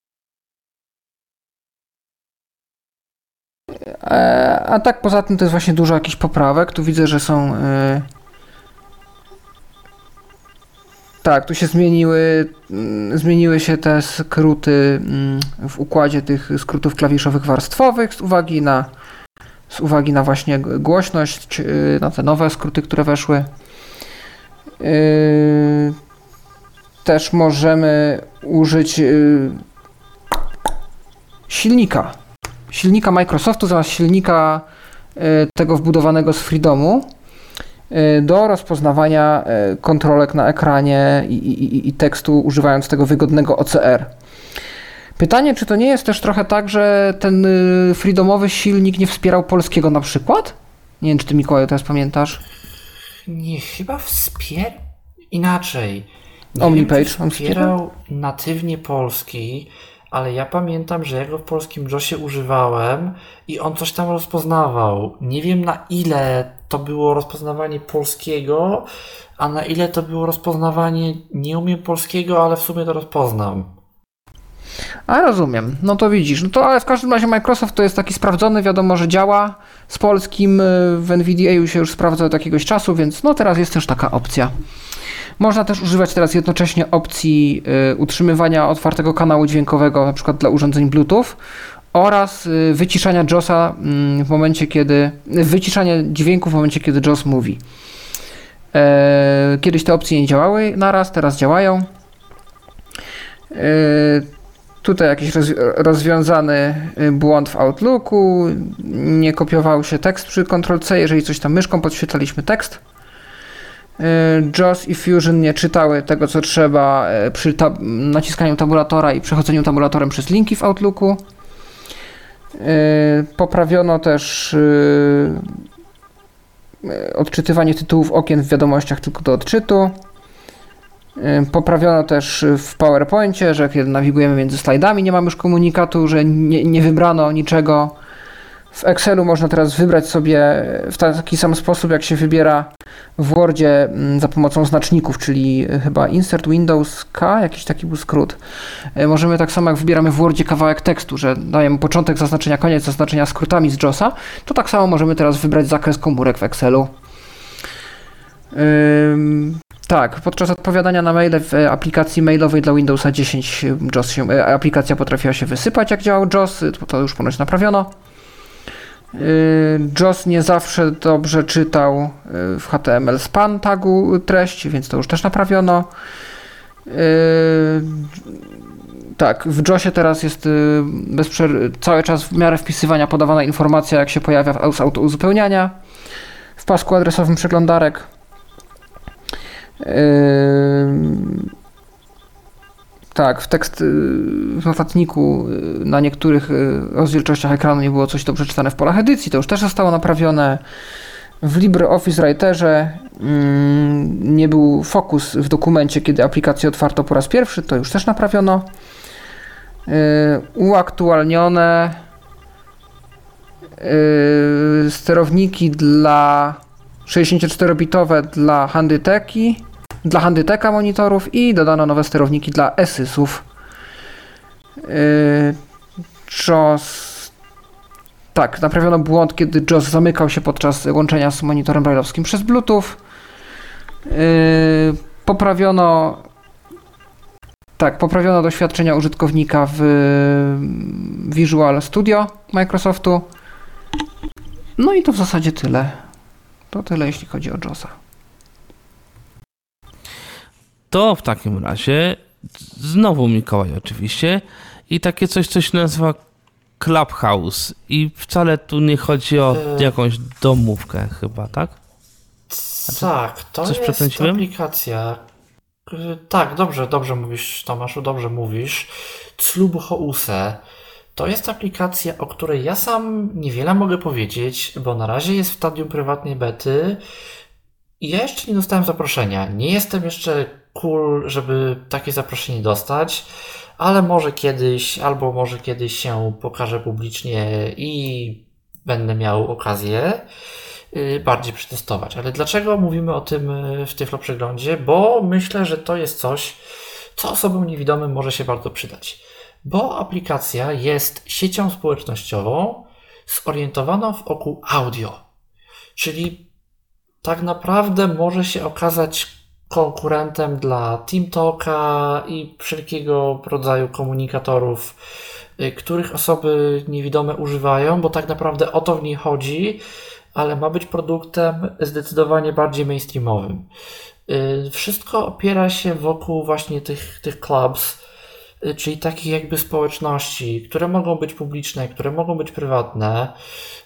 A tak poza tym to jest właśnie dużo jakichś poprawek. Tu widzę, że są... Yy... Tak, tu się zmieniły, yy, zmieniły się te skróty yy, w układzie tych skrótów klawiszowych warstwowych z uwagi na, z uwagi na właśnie głośność, yy, na te nowe skróty, które weszły. Yy... Też możemy użyć yy... silnika. silnika Microsoftu zamiast silnika y, tego wbudowanego z Freedomu y, do rozpoznawania y, kontrolek na ekranie i, i, i tekstu, używając tego wygodnego O C R. Pytanie, czy to nie jest też trochę tak, że ten y, freedomowy silnik nie wspierał polskiego na przykład? Nie wiem, czy ty, Mikołaju, teraz pamiętasz? Nie, chyba wspierał... Inaczej. Nie Omnipage, wiem, on wspierał natywnie polski, ale ja pamiętam, że ja go w polskim JOSie używałem i on coś tam rozpoznawał. Nie wiem, na ile to było rozpoznawanie polskiego, a na ile to było rozpoznawanie nie umiem polskiego, ale w sumie to rozpoznam. A rozumiem, no to widzisz, no to ale w każdym razie Microsoft to jest taki sprawdzony, wiadomo, że działa z polskim, w N V D A się już sprawdza od jakiegoś czasu, więc no teraz jest też taka opcja. Można też używać teraz jednocześnie opcji y, utrzymywania otwartego kanału dźwiękowego, na przykład dla urządzeń Bluetooth, oraz y, wyciszania JOSa y, w momencie, kiedy, y, wyciszania dźwięku w momencie, kiedy JOS mówi. E, kiedyś te opcje nie działały naraz, teraz działają. E, tutaj jakiś roz, rozwiązany błąd w Outlooku, nie kopiował się tekst przy kontrol C, jeżeli coś tam myszką podświetlaliśmy tekst. JAWS i Fusion nie czytały tego, co trzeba przy tab- naciskaniu tabulatora i przechodzeniu tabulatorem przez linki w Outlooku. Poprawiono też odczytywanie tytułów okien w wiadomościach tylko do odczytu. Poprawiono też w PowerPoincie, że kiedy nawigujemy między slajdami, nie mamy już komunikatu, że nie, nie wybrano niczego. W Excelu można teraz wybrać sobie w taki sam sposób, jak się wybiera w Wordzie za pomocą znaczników, czyli chyba Insert Windows K, jakiś taki był skrót. Możemy tak samo, jak wybieramy w Wordzie kawałek tekstu, że dajemy początek zaznaczenia, koniec zaznaczenia skrótami z JAWSa, to tak samo możemy teraz wybrać zakres komórek w Excelu. Ym, tak, podczas odpowiadania na maile w aplikacji mailowej dla Windowsa dziesięć JAWS się, aplikacja potrafiła się wysypać, jak działał JAWS, to, to już ponoć naprawiono. JAWS nie zawsze dobrze czytał w H T M L span tagu treść, więc to już też naprawiono. Tak, w JAWSie teraz jest bez przerwy, cały czas w miarę wpisywania podawana informacja, jak się pojawia z autouzupełniania w pasku adresowym przeglądarek. Tak, w tekst w notatniku na niektórych rozdzielczościach ekranu nie było coś dobrze czytane w polach edycji, to już też zostało naprawione. W LibreOffice Writerze mm, nie był fokus w dokumencie, kiedy aplikację otwarto po raz pierwszy, to już też naprawiono. Yy, uaktualnione yy, sterowniki dla sześćdziesięcioczterobitowe dla Handyteki, dla Handyteka monitorów i dodano nowe sterowniki dla Esysów. Yy, JAWS Tak, naprawiono błąd, kiedy JAWS zamykał się podczas łączenia z monitorem brailleowskim przez Bluetooth. Yy, poprawiono tak, poprawiono doświadczenia użytkownika w Visual Studio Microsoftu. No i to w zasadzie tyle. To tyle, jeśli chodzi o JAWSa. To w takim razie znowu Mikołaj oczywiście i takie coś, co się nazywa Clubhouse i wcale tu nie chodzi o jakąś domówkę chyba, tak? Tak, to coś jest przekręciłem? aplikacja. Tak, dobrze, dobrze mówisz, Tomaszu, dobrze mówisz. Clubhouse to jest aplikacja, o której ja sam niewiele mogę powiedzieć, bo na razie jest w stadium prywatnej bety i ja jeszcze nie dostałem zaproszenia. Nie jestem jeszcze cool, żeby takie zaproszenie dostać, ale może kiedyś, albo może kiedyś się pokażę publicznie i będę miał okazję bardziej przetestować. Ale dlaczego mówimy o tym w Tyflo Przeglądzie? Bo myślę, że to jest coś, co osobom niewidomym może się bardzo przydać. Bo aplikacja jest siecią społecznościową zorientowaną wokół audio. Czyli tak naprawdę może się okazać konkurentem dla TeamTalka i wszelkiego rodzaju komunikatorów, których osoby niewidome używają, bo tak naprawdę o to w niej chodzi, ale ma być produktem zdecydowanie bardziej mainstreamowym. Wszystko opiera się wokół właśnie tych, tych clubs, czyli takich jakby społeczności, które mogą być publiczne, które mogą być prywatne.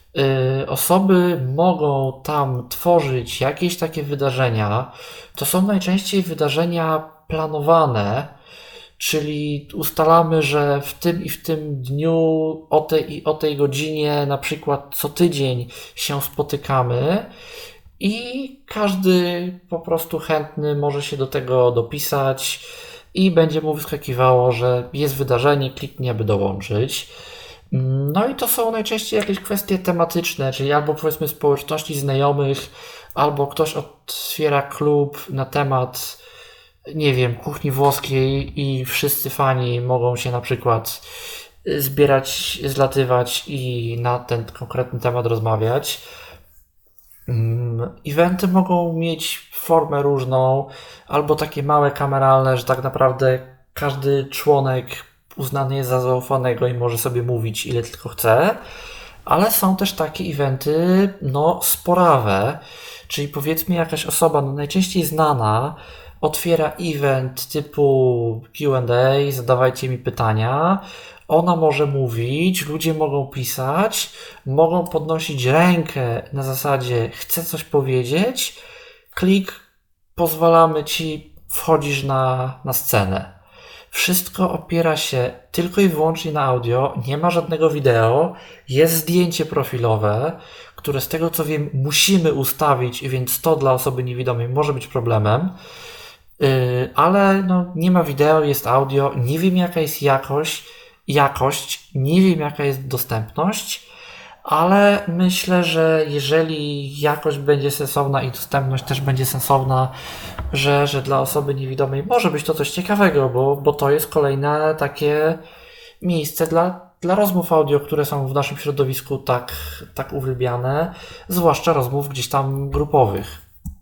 Osoby mogą tam tworzyć jakieś takie wydarzenia. To są najczęściej wydarzenia planowane, czyli ustalamy, że w tym i w tym dniu o tej i o tej godzinie, na przykład co tydzień się spotykamy i każdy po prostu chętny może się do tego dopisać i będzie mu wyskakiwało, że jest wydarzenie, kliknij, aby dołączyć. No i to są najczęściej jakieś kwestie tematyczne, czyli albo powiedzmy społeczności znajomych, albo ktoś otwiera klub na temat, nie wiem, kuchni włoskiej i wszyscy fani mogą się na przykład zbierać, zlatywać i na ten konkretny temat rozmawiać. Eventy mogą mieć formę różną, albo takie małe kameralne, że tak naprawdę każdy członek uznany jest za zaufanego i może sobie mówić ile tylko chce, ale są też takie eventy, no, sporawe, czyli powiedzmy jakaś osoba, no, najczęściej znana, otwiera event typu Q and A, zadawajcie mi pytania, ona może mówić, ludzie mogą pisać, mogą podnosić rękę na zasadzie chcę coś powiedzieć, klik pozwalamy ci, wchodzisz na, na scenę. Wszystko opiera się tylko i wyłącznie na audio, nie ma żadnego wideo, jest zdjęcie profilowe, które z tego co wiem musimy ustawić, więc to dla osoby niewidomej może być problemem, yy, ale no, nie ma wideo, jest audio, nie wiem jaka jest jakość, jakość, nie wiem jaka jest dostępność, ale myślę, że jeżeli jakość będzie sensowna i dostępność też będzie sensowna, że, że dla osoby niewidomej może być to coś ciekawego, bo, bo to jest kolejne takie miejsce dla, dla rozmów audio, które są w naszym środowisku tak, tak uwielbiane, zwłaszcza rozmów gdzieś tam grupowych.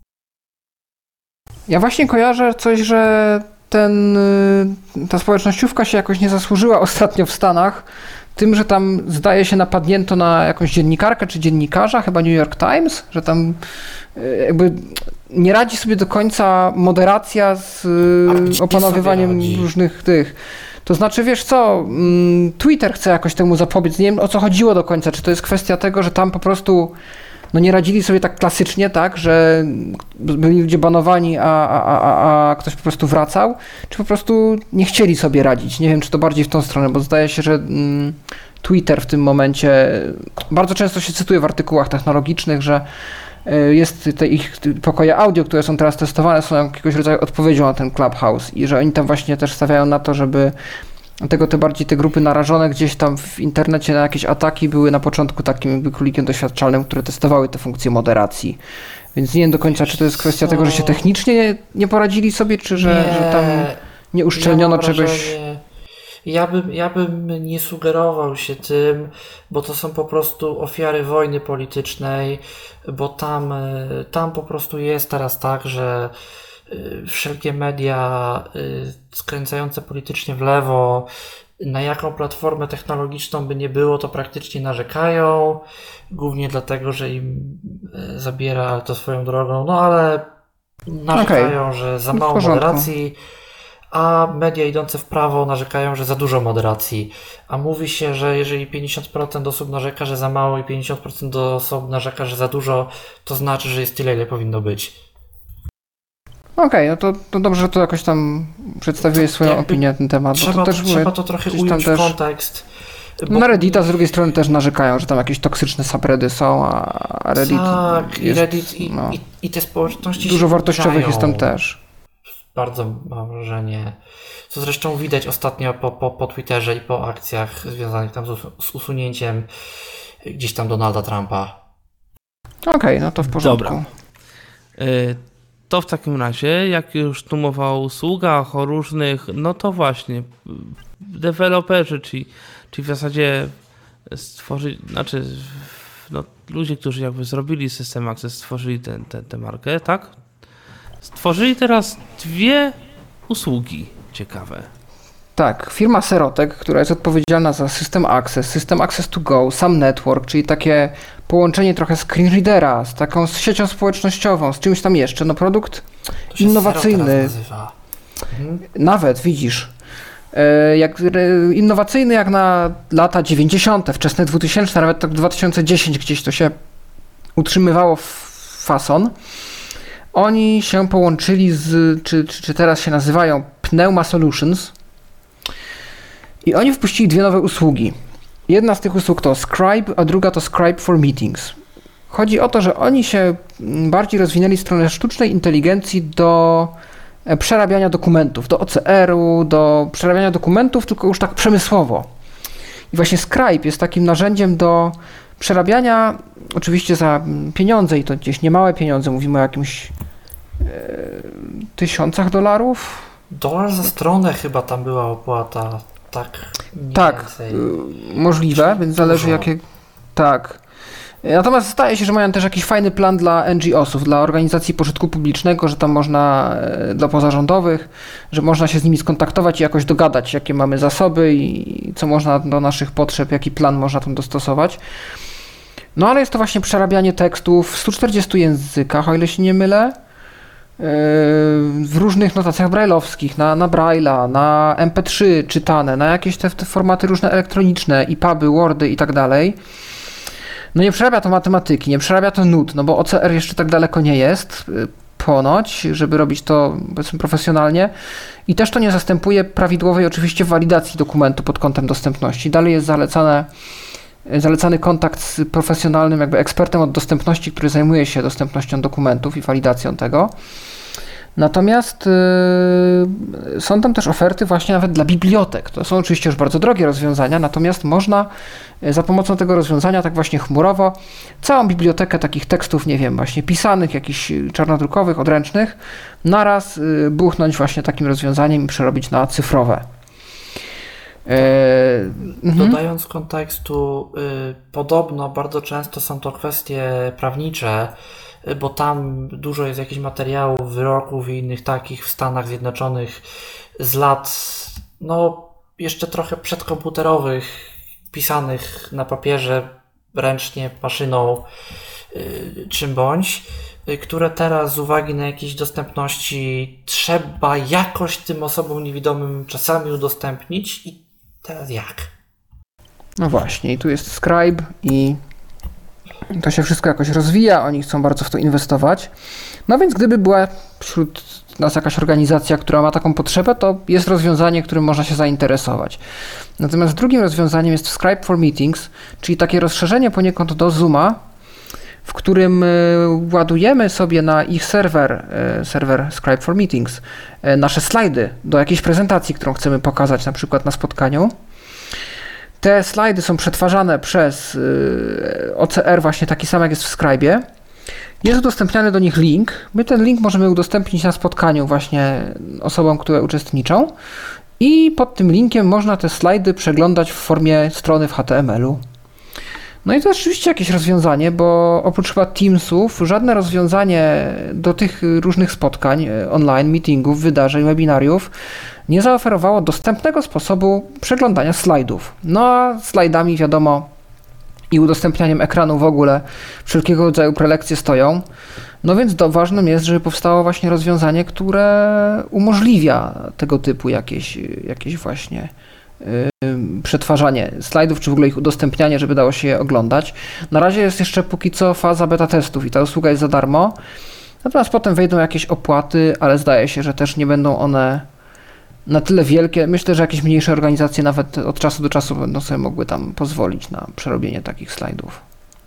Ja właśnie kojarzę coś, że ten, ta społecznościówka się jakoś nie zasłużyła ostatnio w Stanach tym, że tam zdaje się napadnięto na jakąś dziennikarkę czy dziennikarza, chyba New York Times, że tam jakby nie radzi sobie do końca moderacja z opanowywaniem różnych tych. To znaczy, wiesz co, Twitter chce jakoś temu zapobiec. Nie wiem, o co chodziło do końca. Czy to jest kwestia tego, że tam po prostu no nie radzili sobie tak klasycznie, tak, że byli ludzie banowani, a, a, a, a ktoś po prostu wracał, czy po prostu nie chcieli sobie radzić. Nie wiem, czy to bardziej w tą stronę, bo zdaje się, że mm, Twitter w tym momencie, bardzo często się cytuje w artykułach technologicznych, że jest te ich pokoje audio, które są teraz testowane, są jakiegoś rodzaju odpowiedzią na ten Clubhouse i że oni tam właśnie też stawiają na to, żeby Dlatego te bardziej te grupy narażone gdzieś tam w internecie na jakieś ataki były na początku takim jakby królikiem doświadczalnym, które testowały te funkcje moderacji. Więc nie wiem do końca, czy to jest kwestia tego, że się technicznie nie, nie poradzili sobie, czy że, nie, że tam nie uszczelniono ja czegoś. Ja bym, ja bym nie sugerował się tym, bo to są po prostu ofiary wojny politycznej, bo tam, tam po prostu jest teraz tak, że wszelkie media skręcające politycznie w lewo, na jaką platformę technologiczną by nie było, to praktycznie narzekają, głównie dlatego, że im zabiera to swoją drogą, no ale narzekają, okay. że za mało moderacji, a media idące w prawo narzekają, że za dużo moderacji. A mówi się, że jeżeli pięćdziesiąt procent osób narzeka, że za mało i pięćdziesiąt procent osób narzeka, że za dużo, to znaczy, że jest tyle, ile powinno być. Okej, okay, no to, to dobrze, że to jakoś tam przedstawiłeś swoją Jakby opinię na ten temat. Trzeba, bo to, też trzeba mówię, to trochę ująć w kontekst. Bo... Na Reddita z drugiej strony też narzekają, że tam jakieś toksyczne subreddy są, a Reddit Tak, jest, i Reddit i, no, i, i te społeczności dużo wartościowych jest tam też. Bardzo mam wrażenie. Co zresztą widać ostatnio po, po, po Twitterze i po akcjach związanych tam z, z usunięciem gdzieś tam Donalda Trumpa. Okej, okay, no to w porządku. Dobra. Y- To w takim razie, jak już tu mowa o usługach, o różnych, no to właśnie deweloperzy, czyli, czyli w zasadzie stworzyli, znaczy no, ludzie, którzy jakby zrobili System Access, stworzyli tę te, te markę, tak? Stworzyli teraz dwie usługi ciekawe. Tak, firma Serotek, która jest odpowiedzialna za System Access, System Access to Go, sam Network, czyli takie połączenie trochę screenreadera z taką z siecią społecznościową, z czymś tam jeszcze, no produkt innowacyjny. Mhm. Nawet, widzisz, jak, innowacyjny jak na lata dziewięćdziesiąte, wczesne dwutysięczne, nawet tak dwa tysiące dziesiąty gdzieś to się utrzymywało w fason. Oni się połączyli z, czy, czy, czy teraz się nazywają Pneuma Solutions. I oni wpuścili dwie nowe usługi. Jedna z tych usług to Scribe, a druga to Scribe for Meetings. Chodzi o to, że oni się bardziej rozwinęli w stronę sztucznej inteligencji do przerabiania dokumentów, do O C R-u, do przerabiania dokumentów, tylko już tak przemysłowo. I właśnie Scribe jest takim narzędziem do przerabiania, oczywiście za pieniądze i to gdzieś niemałe pieniądze, mówimy o jakimś e, tysiącach dolarów. Dolar za stronę chyba tam była opłata. Tak, tak możliwe, więc zależy jakie... Tak. Natomiast zdaje się, że mają też jakiś fajny plan dla N G O-sów, dla organizacji pożytku publicznego, że tam można, dla pozarządowych, że można się z nimi skontaktować i jakoś dogadać, jakie mamy zasoby i co można do naszych potrzeb, jaki plan można tam dostosować. No ale jest to właśnie przerabianie tekstów w stu czterdziestu językach, o ile się nie mylę, w różnych notacjach brajlowskich, na, na Braille'a, na em pe trzy czytane, na jakieś te, te formaty różne elektroniczne, i puby, wordy i tak dalej. No nie przerabia to matematyki, nie przerabia to nut, no bo O C R jeszcze tak daleko nie jest. ponoć, żeby robić to powiedzmy profesjonalnie i też to nie zastępuje prawidłowej oczywiście walidacji dokumentu pod kątem dostępności. Dalej jest zalecane, zalecany kontakt z profesjonalnym jakby ekspertem od dostępności, który zajmuje się dostępnością dokumentów i walidacją tego. Natomiast yy, są tam też oferty właśnie nawet dla bibliotek. To są oczywiście już bardzo drogie rozwiązania, natomiast można yy, za pomocą tego rozwiązania tak właśnie chmurowo całą bibliotekę takich tekstów, nie wiem, właśnie pisanych, jakichś czarnodrukowych, odręcznych, naraz yy, buchnąć właśnie takim rozwiązaniem i przerobić na cyfrowe. Yy, Dodając kontekstu, yy, podobno bardzo często są to kwestie prawnicze, bo tam dużo jest jakichś materiałów, wyroków i innych takich w Stanach Zjednoczonych z lat, no jeszcze trochę przedkomputerowych, pisanych na papierze, ręcznie, maszyną, yy, czym bądź, yy, które teraz z uwagi na jakieś dostępności trzeba jakoś tym osobom niewidomym czasami udostępnić i teraz jak? No właśnie, i tu jest Scribe i to się wszystko jakoś rozwija, oni chcą bardzo w to inwestować. No więc gdyby była wśród nas jakaś organizacja, która ma taką potrzebę, to jest rozwiązanie, którym można się zainteresować. Natomiast drugim rozwiązaniem jest Scribe for Meetings, czyli takie rozszerzenie poniekąd do Zooma, w którym ładujemy sobie na ich serwer, serwer Scribe for Meetings, nasze slajdy do jakiejś prezentacji, którą chcemy pokazać na przykład na spotkaniu. Te slajdy są przetwarzane przez O C R właśnie taki sam jak jest w Scribe'ie. Jest udostępniany do nich link. My ten link możemy udostępnić na spotkaniu właśnie osobom, które uczestniczą i pod tym linkiem można te slajdy przeglądać w formie strony w H T M L-u. No i to jest oczywiście jakieś rozwiązanie, bo oprócz chyba Teamsów żadne rozwiązanie do tych różnych spotkań online, meetingów, wydarzeń, webinariów nie zaoferowało dostępnego sposobu przeglądania slajdów. No a slajdami wiadomo i udostępnianiem ekranu w ogóle wszelkiego rodzaju prelekcje stoją. No więc to ważnym jest, żeby powstało właśnie rozwiązanie, które umożliwia tego typu jakieś, jakieś właśnie przetwarzanie slajdów, czy w ogóle ich udostępnianie, żeby dało się je oglądać. Na razie jest jeszcze póki co faza beta testów i ta usługa jest za darmo. Natomiast potem wejdą jakieś opłaty, ale zdaje się, że też nie będą one na tyle wielkie. Myślę, że jakieś mniejsze organizacje nawet od czasu do czasu będą sobie mogły tam pozwolić na przerobienie takich slajdów.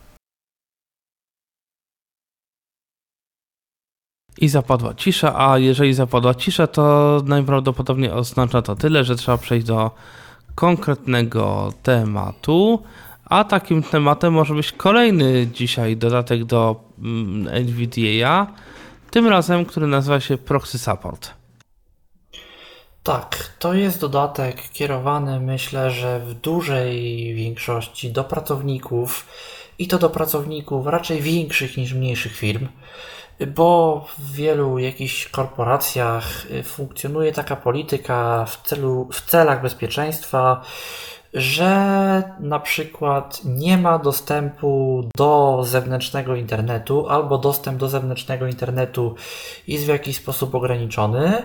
I zapadła cisza, a jeżeli zapadła cisza, to najprawdopodobniej oznacza to tyle, że trzeba przejść do konkretnego tematu, a takim tematem może być kolejny dzisiaj dodatek do N V D A, tym razem, który nazywa się Proxy Support. Tak, to jest dodatek kierowany, myślę, że w dużej większości do pracowników i to do pracowników raczej większych niż mniejszych firm, bo w wielu jakichś korporacjach funkcjonuje taka polityka w celu, w celach bezpieczeństwa, że na przykład nie ma dostępu do zewnętrznego internetu albo dostęp do zewnętrznego internetu jest w jakiś sposób ograniczony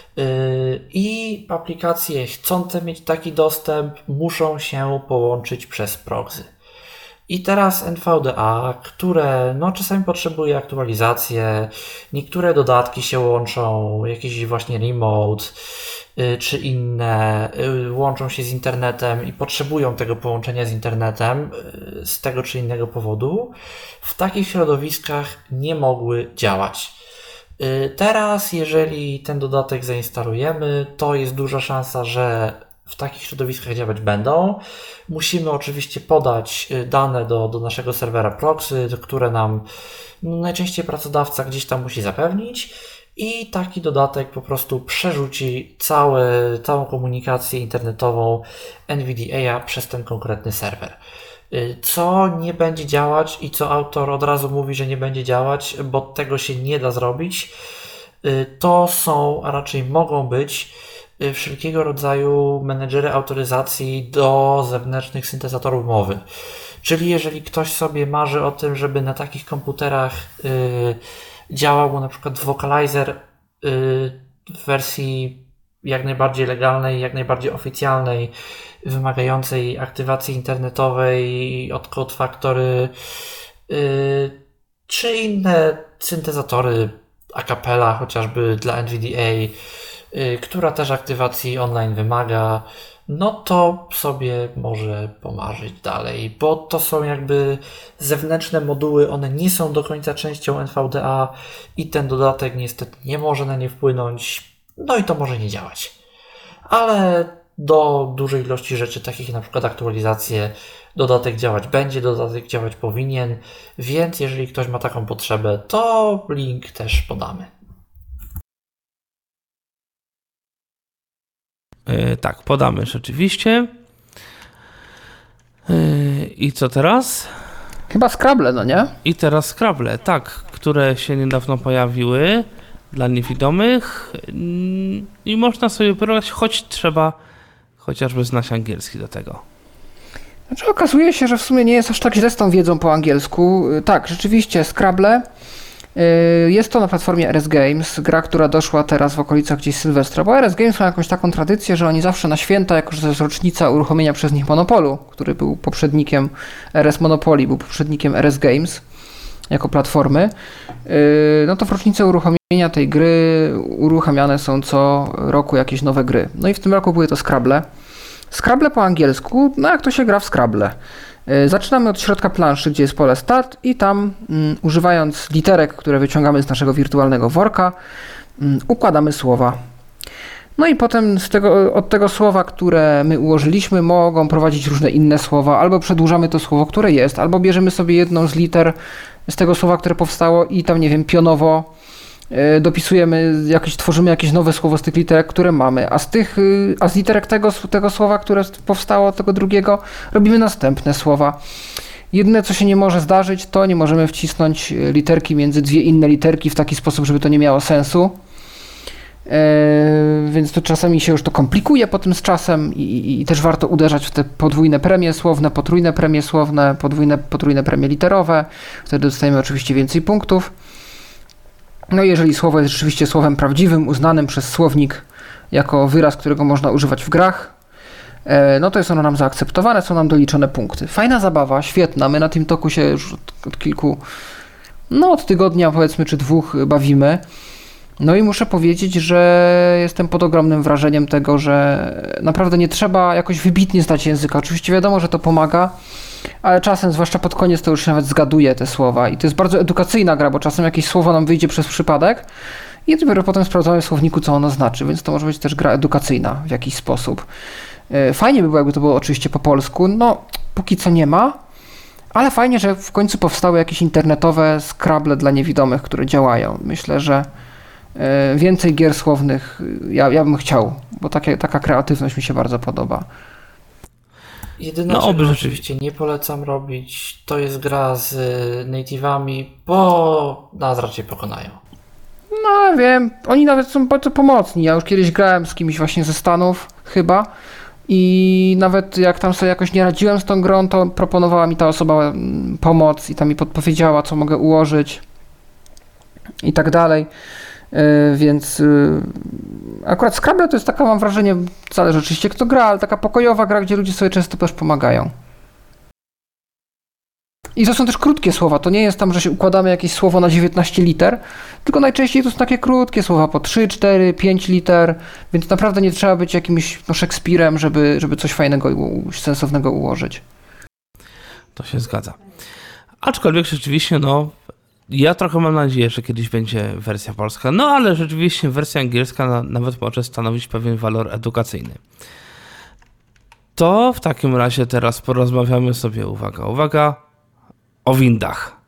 i aplikacje chcące mieć taki dostęp muszą się połączyć przez proxy. I teraz N V D A, które no, czasami potrzebuje aktualizację, niektóre dodatki się łączą, jakieś właśnie remote y, czy inne y, łączą się z internetem i potrzebują tego połączenia z internetem y, z tego czy innego powodu, w takich środowiskach nie mogły działać. Y, teraz, jeżeli ten dodatek zainstalujemy, to jest duża szansa, że w takich środowiskach działać będą. Musimy oczywiście podać dane do, do naszego serwera proxy, które nam no, najczęściej pracodawca gdzieś tam musi zapewnić i taki dodatek po prostu przerzuci całe, całą komunikację internetową N V D A przez ten konkretny serwer. Co nie będzie działać i co autor od razu mówi, że nie będzie działać, bo tego się nie da zrobić, to są, a raczej mogą być wszelkiego rodzaju menedżery autoryzacji do zewnętrznych syntezatorów mowy. Czyli jeżeli ktoś sobie marzy o tym, żeby na takich komputerach yy, działał mu na przykład Vocalizer yy, w wersji jak najbardziej legalnej, jak najbardziej oficjalnej, wymagającej aktywacji internetowej od Code Factory, yy, czy inne syntezatory a cappella chociażby dla N V D A, yy, która też aktywacji online wymaga, no to sobie może pomarzyć dalej, bo to są jakby zewnętrzne moduły, one nie są do końca częścią N V D A i ten dodatek niestety nie może na nie wpłynąć, no i to może nie działać. Ale do dużej ilości rzeczy, takich jak na przykład aktualizacje, dodatek działać będzie, dodatek działać powinien, więc jeżeli ktoś ma taką potrzebę, to link też podamy. Yy, tak, podamy rzeczywiście. Yy, I co teraz? Chyba Scrabble, no nie? I teraz Scrabble, tak, które się niedawno pojawiły dla niewidomych yy, i można sobie pograć, choć trzeba chociażby znać angielski do tego. Znaczy okazuje się, że w sumie nie jest aż tak źle z tą wiedzą po angielsku. Tak, rzeczywiście Scrabble. Jest to na platformie R S Games, gra, która doszła teraz w okolicach gdzieś Sylwestra, bo R S Games ma jakąś taką tradycję, że oni zawsze na święta, jako że to jest rocznica uruchomienia przez nich Monopolu, który był poprzednikiem R S Monopoly, był poprzednikiem R S Games jako platformy, no to w rocznicę uruchomienia tej gry uruchamiane są co roku jakieś nowe gry. No i w tym roku były to Scrabble. Scrabble po angielsku, no jak to się gra w Scrabble. Zaczynamy od środka planszy, gdzie jest pole start i tam um, używając literek, które wyciągamy z naszego wirtualnego worka, um, układamy słowa. No i potem z tego, od tego słowa, które my ułożyliśmy, mogą prowadzić różne inne słowa, albo przedłużamy to słowo, które jest, albo bierzemy sobie jedną z liter z tego słowa, które powstało i tam, nie wiem, pionowo y, dopisujemy, jakieś, tworzymy jakieś nowe słowo z tych literek, które mamy, a z tych, y, a z literek tego, tego słowa, które powstało, tego drugiego, robimy następne słowa. Jedyne, co się nie może zdarzyć, to nie możemy wcisnąć literki między dwie inne literki w taki sposób, żeby to nie miało sensu. Yy, więc to czasami się już to komplikuje potem z czasem i, i, i też warto uderzać w te podwójne premie słowne, potrójne premie słowne, podwójne, potrójne premie literowe. Wtedy dostajemy oczywiście więcej punktów. No i jeżeli słowo jest rzeczywiście słowem prawdziwym, uznanym przez słownik jako wyraz, którego można używać w grach, yy, no to jest ono nam zaakceptowane, są nam doliczone punkty. Fajna zabawa, świetna. My na TeamTalku się już od, od kilku, no od tygodnia powiedzmy, czy dwóch bawimy. No i muszę powiedzieć, że jestem pod ogromnym wrażeniem tego, że naprawdę nie trzeba jakoś wybitnie znać języka. Oczywiście wiadomo, że to pomaga, ale czasem, zwłaszcza pod koniec, to już się nawet zgaduje te słowa. I to jest bardzo edukacyjna gra, bo czasem jakieś słowo nam wyjdzie przez przypadek i dopiero potem sprawdzamy w słowniku, co ono znaczy, więc to może być też gra edukacyjna w jakiś sposób. Fajnie by było, jakby to było oczywiście po polsku. No, póki co nie ma, ale fajnie, że w końcu powstały jakieś internetowe Scrabble dla niewidomych, które działają. Myślę, że więcej gier słownych ja, ja bym chciał, bo takie, taka kreatywność mi się bardzo podoba. Jedyne, no, czego oczywiście nie polecam robić, to jest gra z native'ami, bo nas raczej pokonają. No wiem, oni nawet są bardzo pomocni. Ja już kiedyś grałem z kimś właśnie ze Stanów chyba i nawet jak tam sobie jakoś nie radziłem z tą grą, to proponowała mi ta osoba pomoc i tam mi podpowiedziała, co mogę ułożyć i tak dalej. Yy, więc yy, akurat Scrabble to jest taka, mam wrażenie, zależy oczywiście kto gra, ale taka pokojowa gra, gdzie ludzie sobie często też pomagają. I to są też krótkie słowa, to nie jest tam, że się układamy jakieś słowo na dziewiętnaście liter, tylko najczęściej to są takie krótkie słowa po trzy, cztery, pięć liter, więc naprawdę nie trzeba być jakimś no, Szekspirem, żeby, żeby coś fajnego i sensownego ułożyć. To się zgadza. Aczkolwiek rzeczywiście, no, ja trochę mam nadzieję, że kiedyś będzie wersja polska, no ale rzeczywiście wersja angielska na, nawet może stanowić pewien walor edukacyjny. To w takim razie teraz porozmawiamy sobie, uwaga, uwaga, o windach.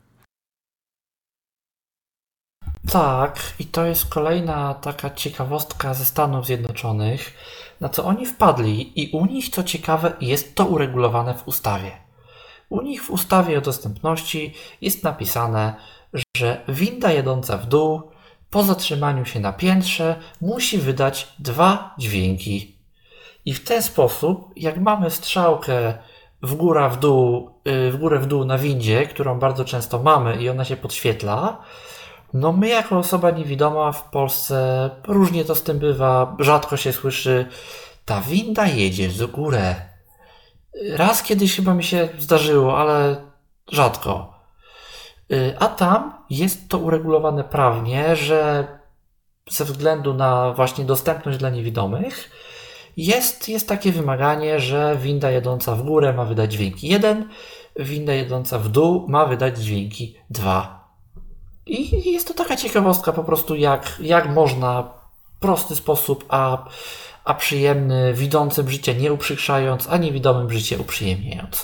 Tak, i to jest kolejna taka ciekawostka ze Stanów Zjednoczonych, na co oni wpadli i u nich, co ciekawe, jest to uregulowane w ustawie. U nich w ustawie o dostępności jest napisane, że winda jadąca w dół po zatrzymaniu się na piętrze musi wydać dwa dźwięki. I w ten sposób, jak mamy strzałkę w górę, w dół, w górę, w dół na windzie, którą bardzo często mamy i ona się podświetla, no my jako osoba niewidoma w Polsce różnie to z tym bywa, rzadko się słyszy, ta winda jedzie w górę. Raz kiedyś chyba mi się zdarzyło, ale rzadko. A tam jest to uregulowane prawnie, że ze względu na właśnie dostępność dla niewidomych jest, jest takie wymaganie, że winda jadąca w górę ma wydać dźwięki jeden, winda jadąca w dół ma wydać dźwięki dwa. I jest to taka ciekawostka po prostu, jak, jak można w prosty sposób, a, a przyjemny, widzącym życie nie uprzykrzając, a niewidomym życie uprzyjemniając.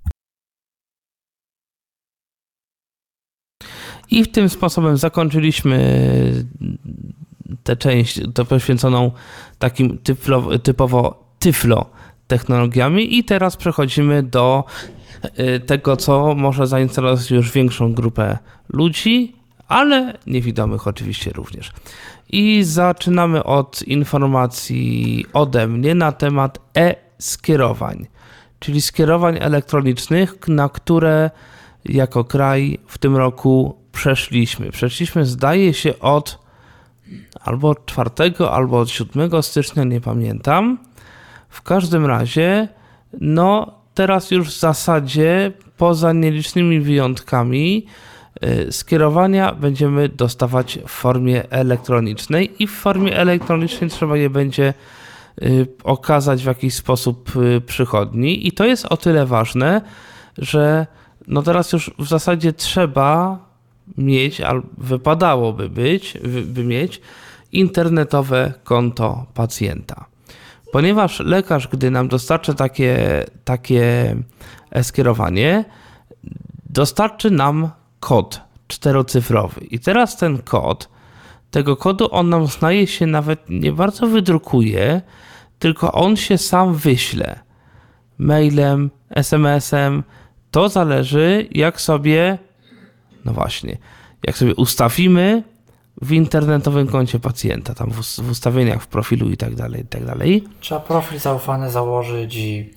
I w tym sposobem zakończyliśmy tę część to poświęconą takim tyflo, typowo tyflo technologiami i teraz przechodzimy do tego, co może zainteresować już większą grupę ludzi, ale niewidomych oczywiście również. I zaczynamy od informacji ode mnie na temat e-skierowań, czyli skierowań elektronicznych, na które jako kraj w tym roku przeszliśmy. Przeszliśmy, zdaje się, od albo od czwartego, albo od siódmego stycznia, nie pamiętam. W każdym razie, no teraz już w zasadzie, poza nielicznymi wyjątkami, yy, skierowania będziemy dostawać w formie elektronicznej i w formie elektronicznej trzeba je będzie yy, okazać w jakiś sposób yy, przychodni. I to jest o tyle ważne, że no teraz już w zasadzie trzeba mieć, albo wypadałoby być, by mieć internetowe konto pacjenta. Ponieważ lekarz, gdy nam dostarczy takie, takie e-skierowanie, dostarczy nam kod czterocyfrowy. I teraz ten kod, tego kodu on nam zdaje się nawet nie bardzo wydrukuje, tylko on się sam wyśle mailem, es em esem. To zależy, jak sobie, no właśnie, jak sobie ustawimy w internetowym koncie pacjenta, tam w, w ustawieniach, w profilu i tak dalej, i tak dalej. Trzeba profil zaufany założyć i...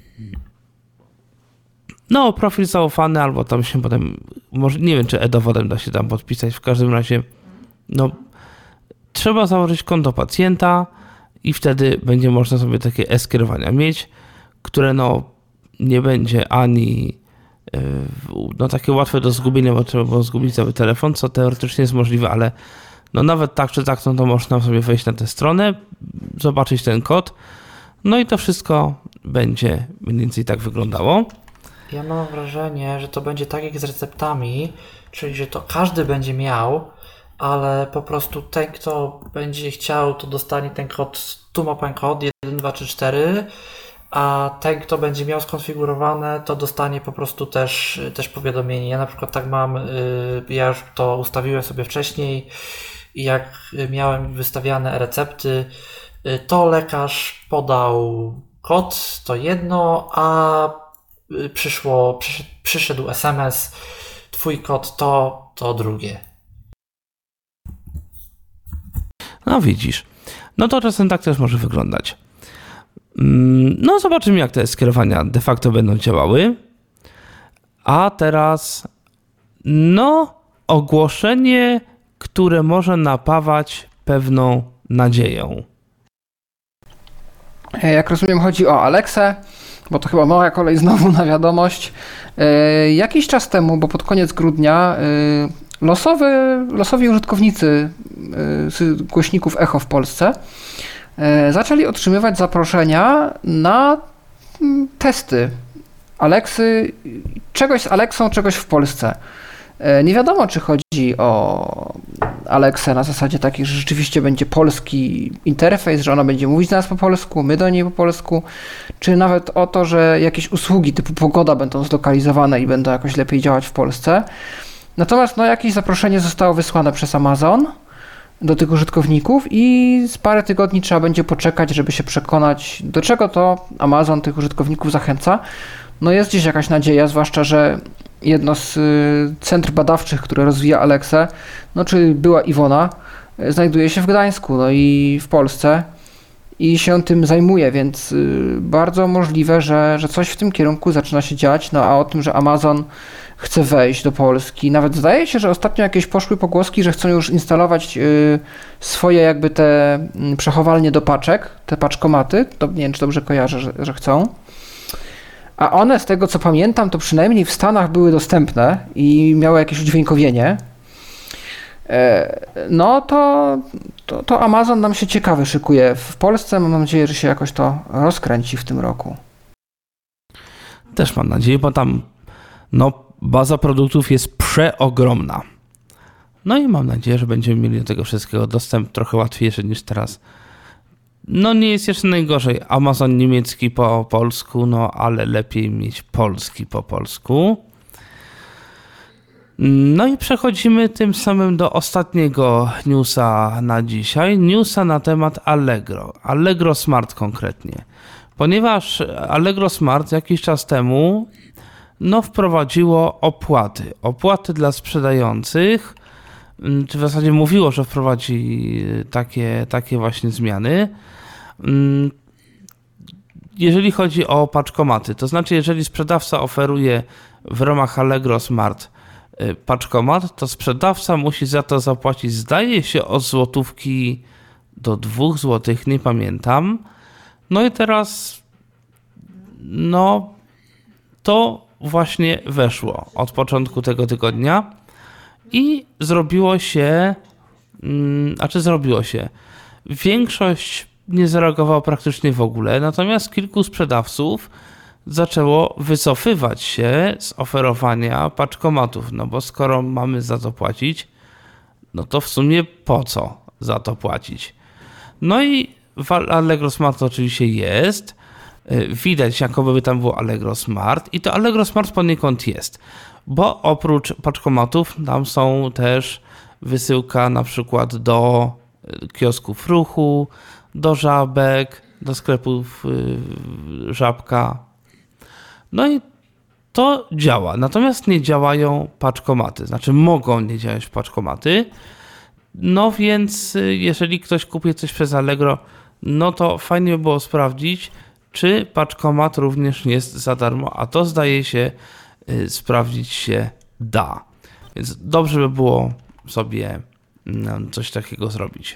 No, profil zaufany, albo tam się potem, może nie wiem, czy e-dowodem da się tam podpisać, w każdym razie, no, trzeba założyć konto pacjenta i wtedy będzie można sobie takie e-skierowania mieć, które no, nie będzie ani no takie łatwe do zgubienia, bo trzeba było zgubić cały telefon, co teoretycznie jest możliwe, ale no nawet tak czy tak, no to można sobie wejść na tę stronę, zobaczyć ten kod, no i to wszystko będzie mniej więcej tak wyglądało. Ja mam wrażenie, że to będzie tak jak z receptami, czyli że to każdy będzie miał, ale po prostu ten, kto będzie chciał, to dostanie ten kod, tu ma pan kod jeden, dwa, trzy, cztery, a ten, kto będzie miał skonfigurowane, to dostanie po prostu też, też powiadomienie. Ja na przykład tak mam, ja już to ustawiłem sobie wcześniej i jak miałem wystawiane recepty, to lekarz podał kod, to jedno, a przyszło, przyszedł, przyszedł es em es, twój kod to, to drugie. No widzisz, no to czasem tak też może wyglądać. No zobaczymy, jak te skierowania de facto będą działały. A teraz no ogłoszenie, które może napawać pewną nadzieją. Jak rozumiem, chodzi o Alexę, bo to chyba moja kolej znowu na wiadomość. E, jakiś czas temu, bo pod koniec grudnia, e, losowy, losowi użytkownicy e, głośników Echo w Polsce e, zaczęli otrzymywać zaproszenia na m, testy Alexy, czegoś z Alexą, czegoś w Polsce. E, nie wiadomo, czy chodzi o Alexę na zasadzie takiej, że rzeczywiście będzie polski interfejs, że ona będzie mówić do nas po polsku, my do niej po polsku, czy nawet o to, że jakieś usługi typu pogoda będą zlokalizowane i będą jakoś lepiej działać w Polsce. Natomiast no, jakieś zaproszenie zostało wysłane przez Amazon do tych użytkowników i z parę tygodni trzeba będzie poczekać, żeby się przekonać, do czego to Amazon tych użytkowników zachęca. No jest gdzieś jakaś nadzieja, zwłaszcza, że jedno z y, centr badawczych, które rozwija Alexę, no czyli była Iwona, y, znajduje się w Gdańsku, no i w Polsce i się tym zajmuje, więc y, bardzo możliwe, że, że coś w tym kierunku zaczyna się dziać, no a o tym, że Amazon chce wejść do Polski, nawet zdaje się, że ostatnio jakieś poszły pogłoski, że chcą już instalować y, swoje jakby te y, przechowalnie do paczek, te paczkomaty, to nie wiem, czy dobrze kojarzę, że, że chcą. a one, z tego co pamiętam, to przynajmniej w Stanach były dostępne i miały jakieś udźwiękowienie, no to, to, to Amazon nam się ciekawie szykuje w Polsce. Mam nadzieję, że się jakoś to rozkręci w tym roku. Też mam nadzieję, bo tam no, baza produktów jest przeogromna. No i mam nadzieję, że będziemy mieli do tego wszystkiego dostęp trochę łatwiejszy niż teraz. No nie jest jeszcze najgorzej. Amazon niemiecki po polsku, no ale lepiej mieć polski po polsku. No i przechodzimy tym samym do ostatniego newsa na dzisiaj. Newsa na temat Allegro. Allegro Smart konkretnie. Ponieważ Allegro Smart jakiś czas temu no, wprowadziło opłaty. Opłaty dla sprzedających. Czy w zasadzie mówiło, że wprowadzi takie, takie właśnie zmiany. Jeżeli chodzi o paczkomaty, to znaczy jeżeli sprzedawca oferuje w ramach Allegro Smart paczkomat, to sprzedawca musi za to zapłacić, zdaje się, od złotówki do dwóch złotych, nie pamiętam. No i teraz no to właśnie weszło od początku tego tygodnia i zrobiło się, a czy zrobiło się, większość nie zareagowała praktycznie w ogóle, natomiast kilku sprzedawców zaczęło wycofywać się z oferowania paczkomatów, no bo skoro mamy za to płacić, no to w sumie po co za to płacić? No i w Allegro Smart oczywiście jest, widać jakoby tam było Allegro Smart i to Allegro Smart poniekąd jest, bo oprócz paczkomatów tam są też wysyłka na przykład do kiosków ruchu, do Żabek, do sklepów yy, Żabka. No i to działa. Natomiast nie działają paczkomaty. Znaczy mogą nie działać paczkomaty. No więc jeżeli ktoś kupuje coś przez Allegro, no to fajnie by było sprawdzić, czy paczkomat również jest za darmo. A to zdaje się yy, sprawdzić się da. Więc dobrze by było sobie no, coś takiego zrobić.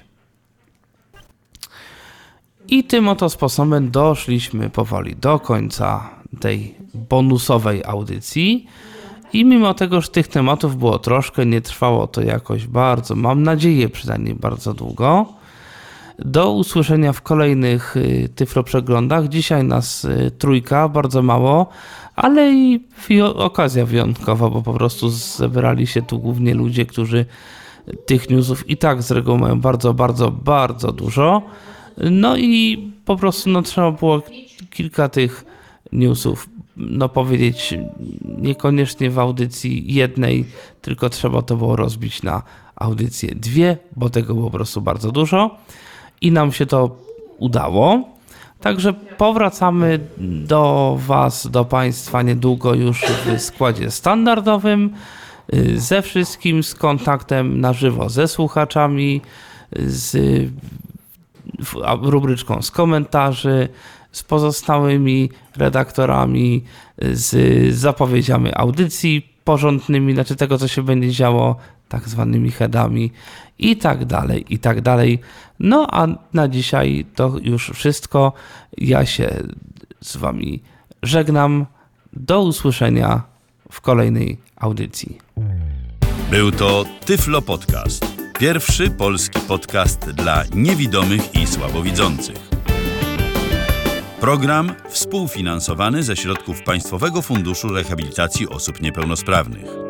I tym oto sposobem doszliśmy powoli do końca tej bonusowej audycji i mimo tego, że tych tematów było troszkę, nie trwało to jakoś bardzo, mam nadzieję przynajmniej bardzo długo. Do usłyszenia w kolejnych Tyflo Przeglądach. Dzisiaj nas trójka, bardzo mało, ale i okazja wyjątkowa, bo po prostu zebrali się tu głównie ludzie, którzy tych newsów i tak z reguły mają bardzo, bardzo, bardzo dużo. No i po prostu no, trzeba było kilka tych newsów no, powiedzieć niekoniecznie w audycji jednej, tylko trzeba to było rozbić na audycję dwie, bo tego było po prostu bardzo dużo i nam się to udało. Także powracamy do Was, do Państwa niedługo już w składzie standardowym, ze wszystkim, z kontaktem na żywo ze słuchaczami, z rubryczką z komentarzy, z pozostałymi redaktorami, z zapowiedziami audycji porządnymi, znaczy tego, co się będzie działo, tak zwanymi headami i tak dalej, i tak dalej. No a na dzisiaj to już wszystko. Ja się z Wami żegnam. Do usłyszenia w kolejnej audycji. Był to Tyflo Podcast. Pierwszy polski podcast dla niewidomych i słabowidzących. Program współfinansowany ze środków Państwowego Funduszu Rehabilitacji Osób Niepełnosprawnych.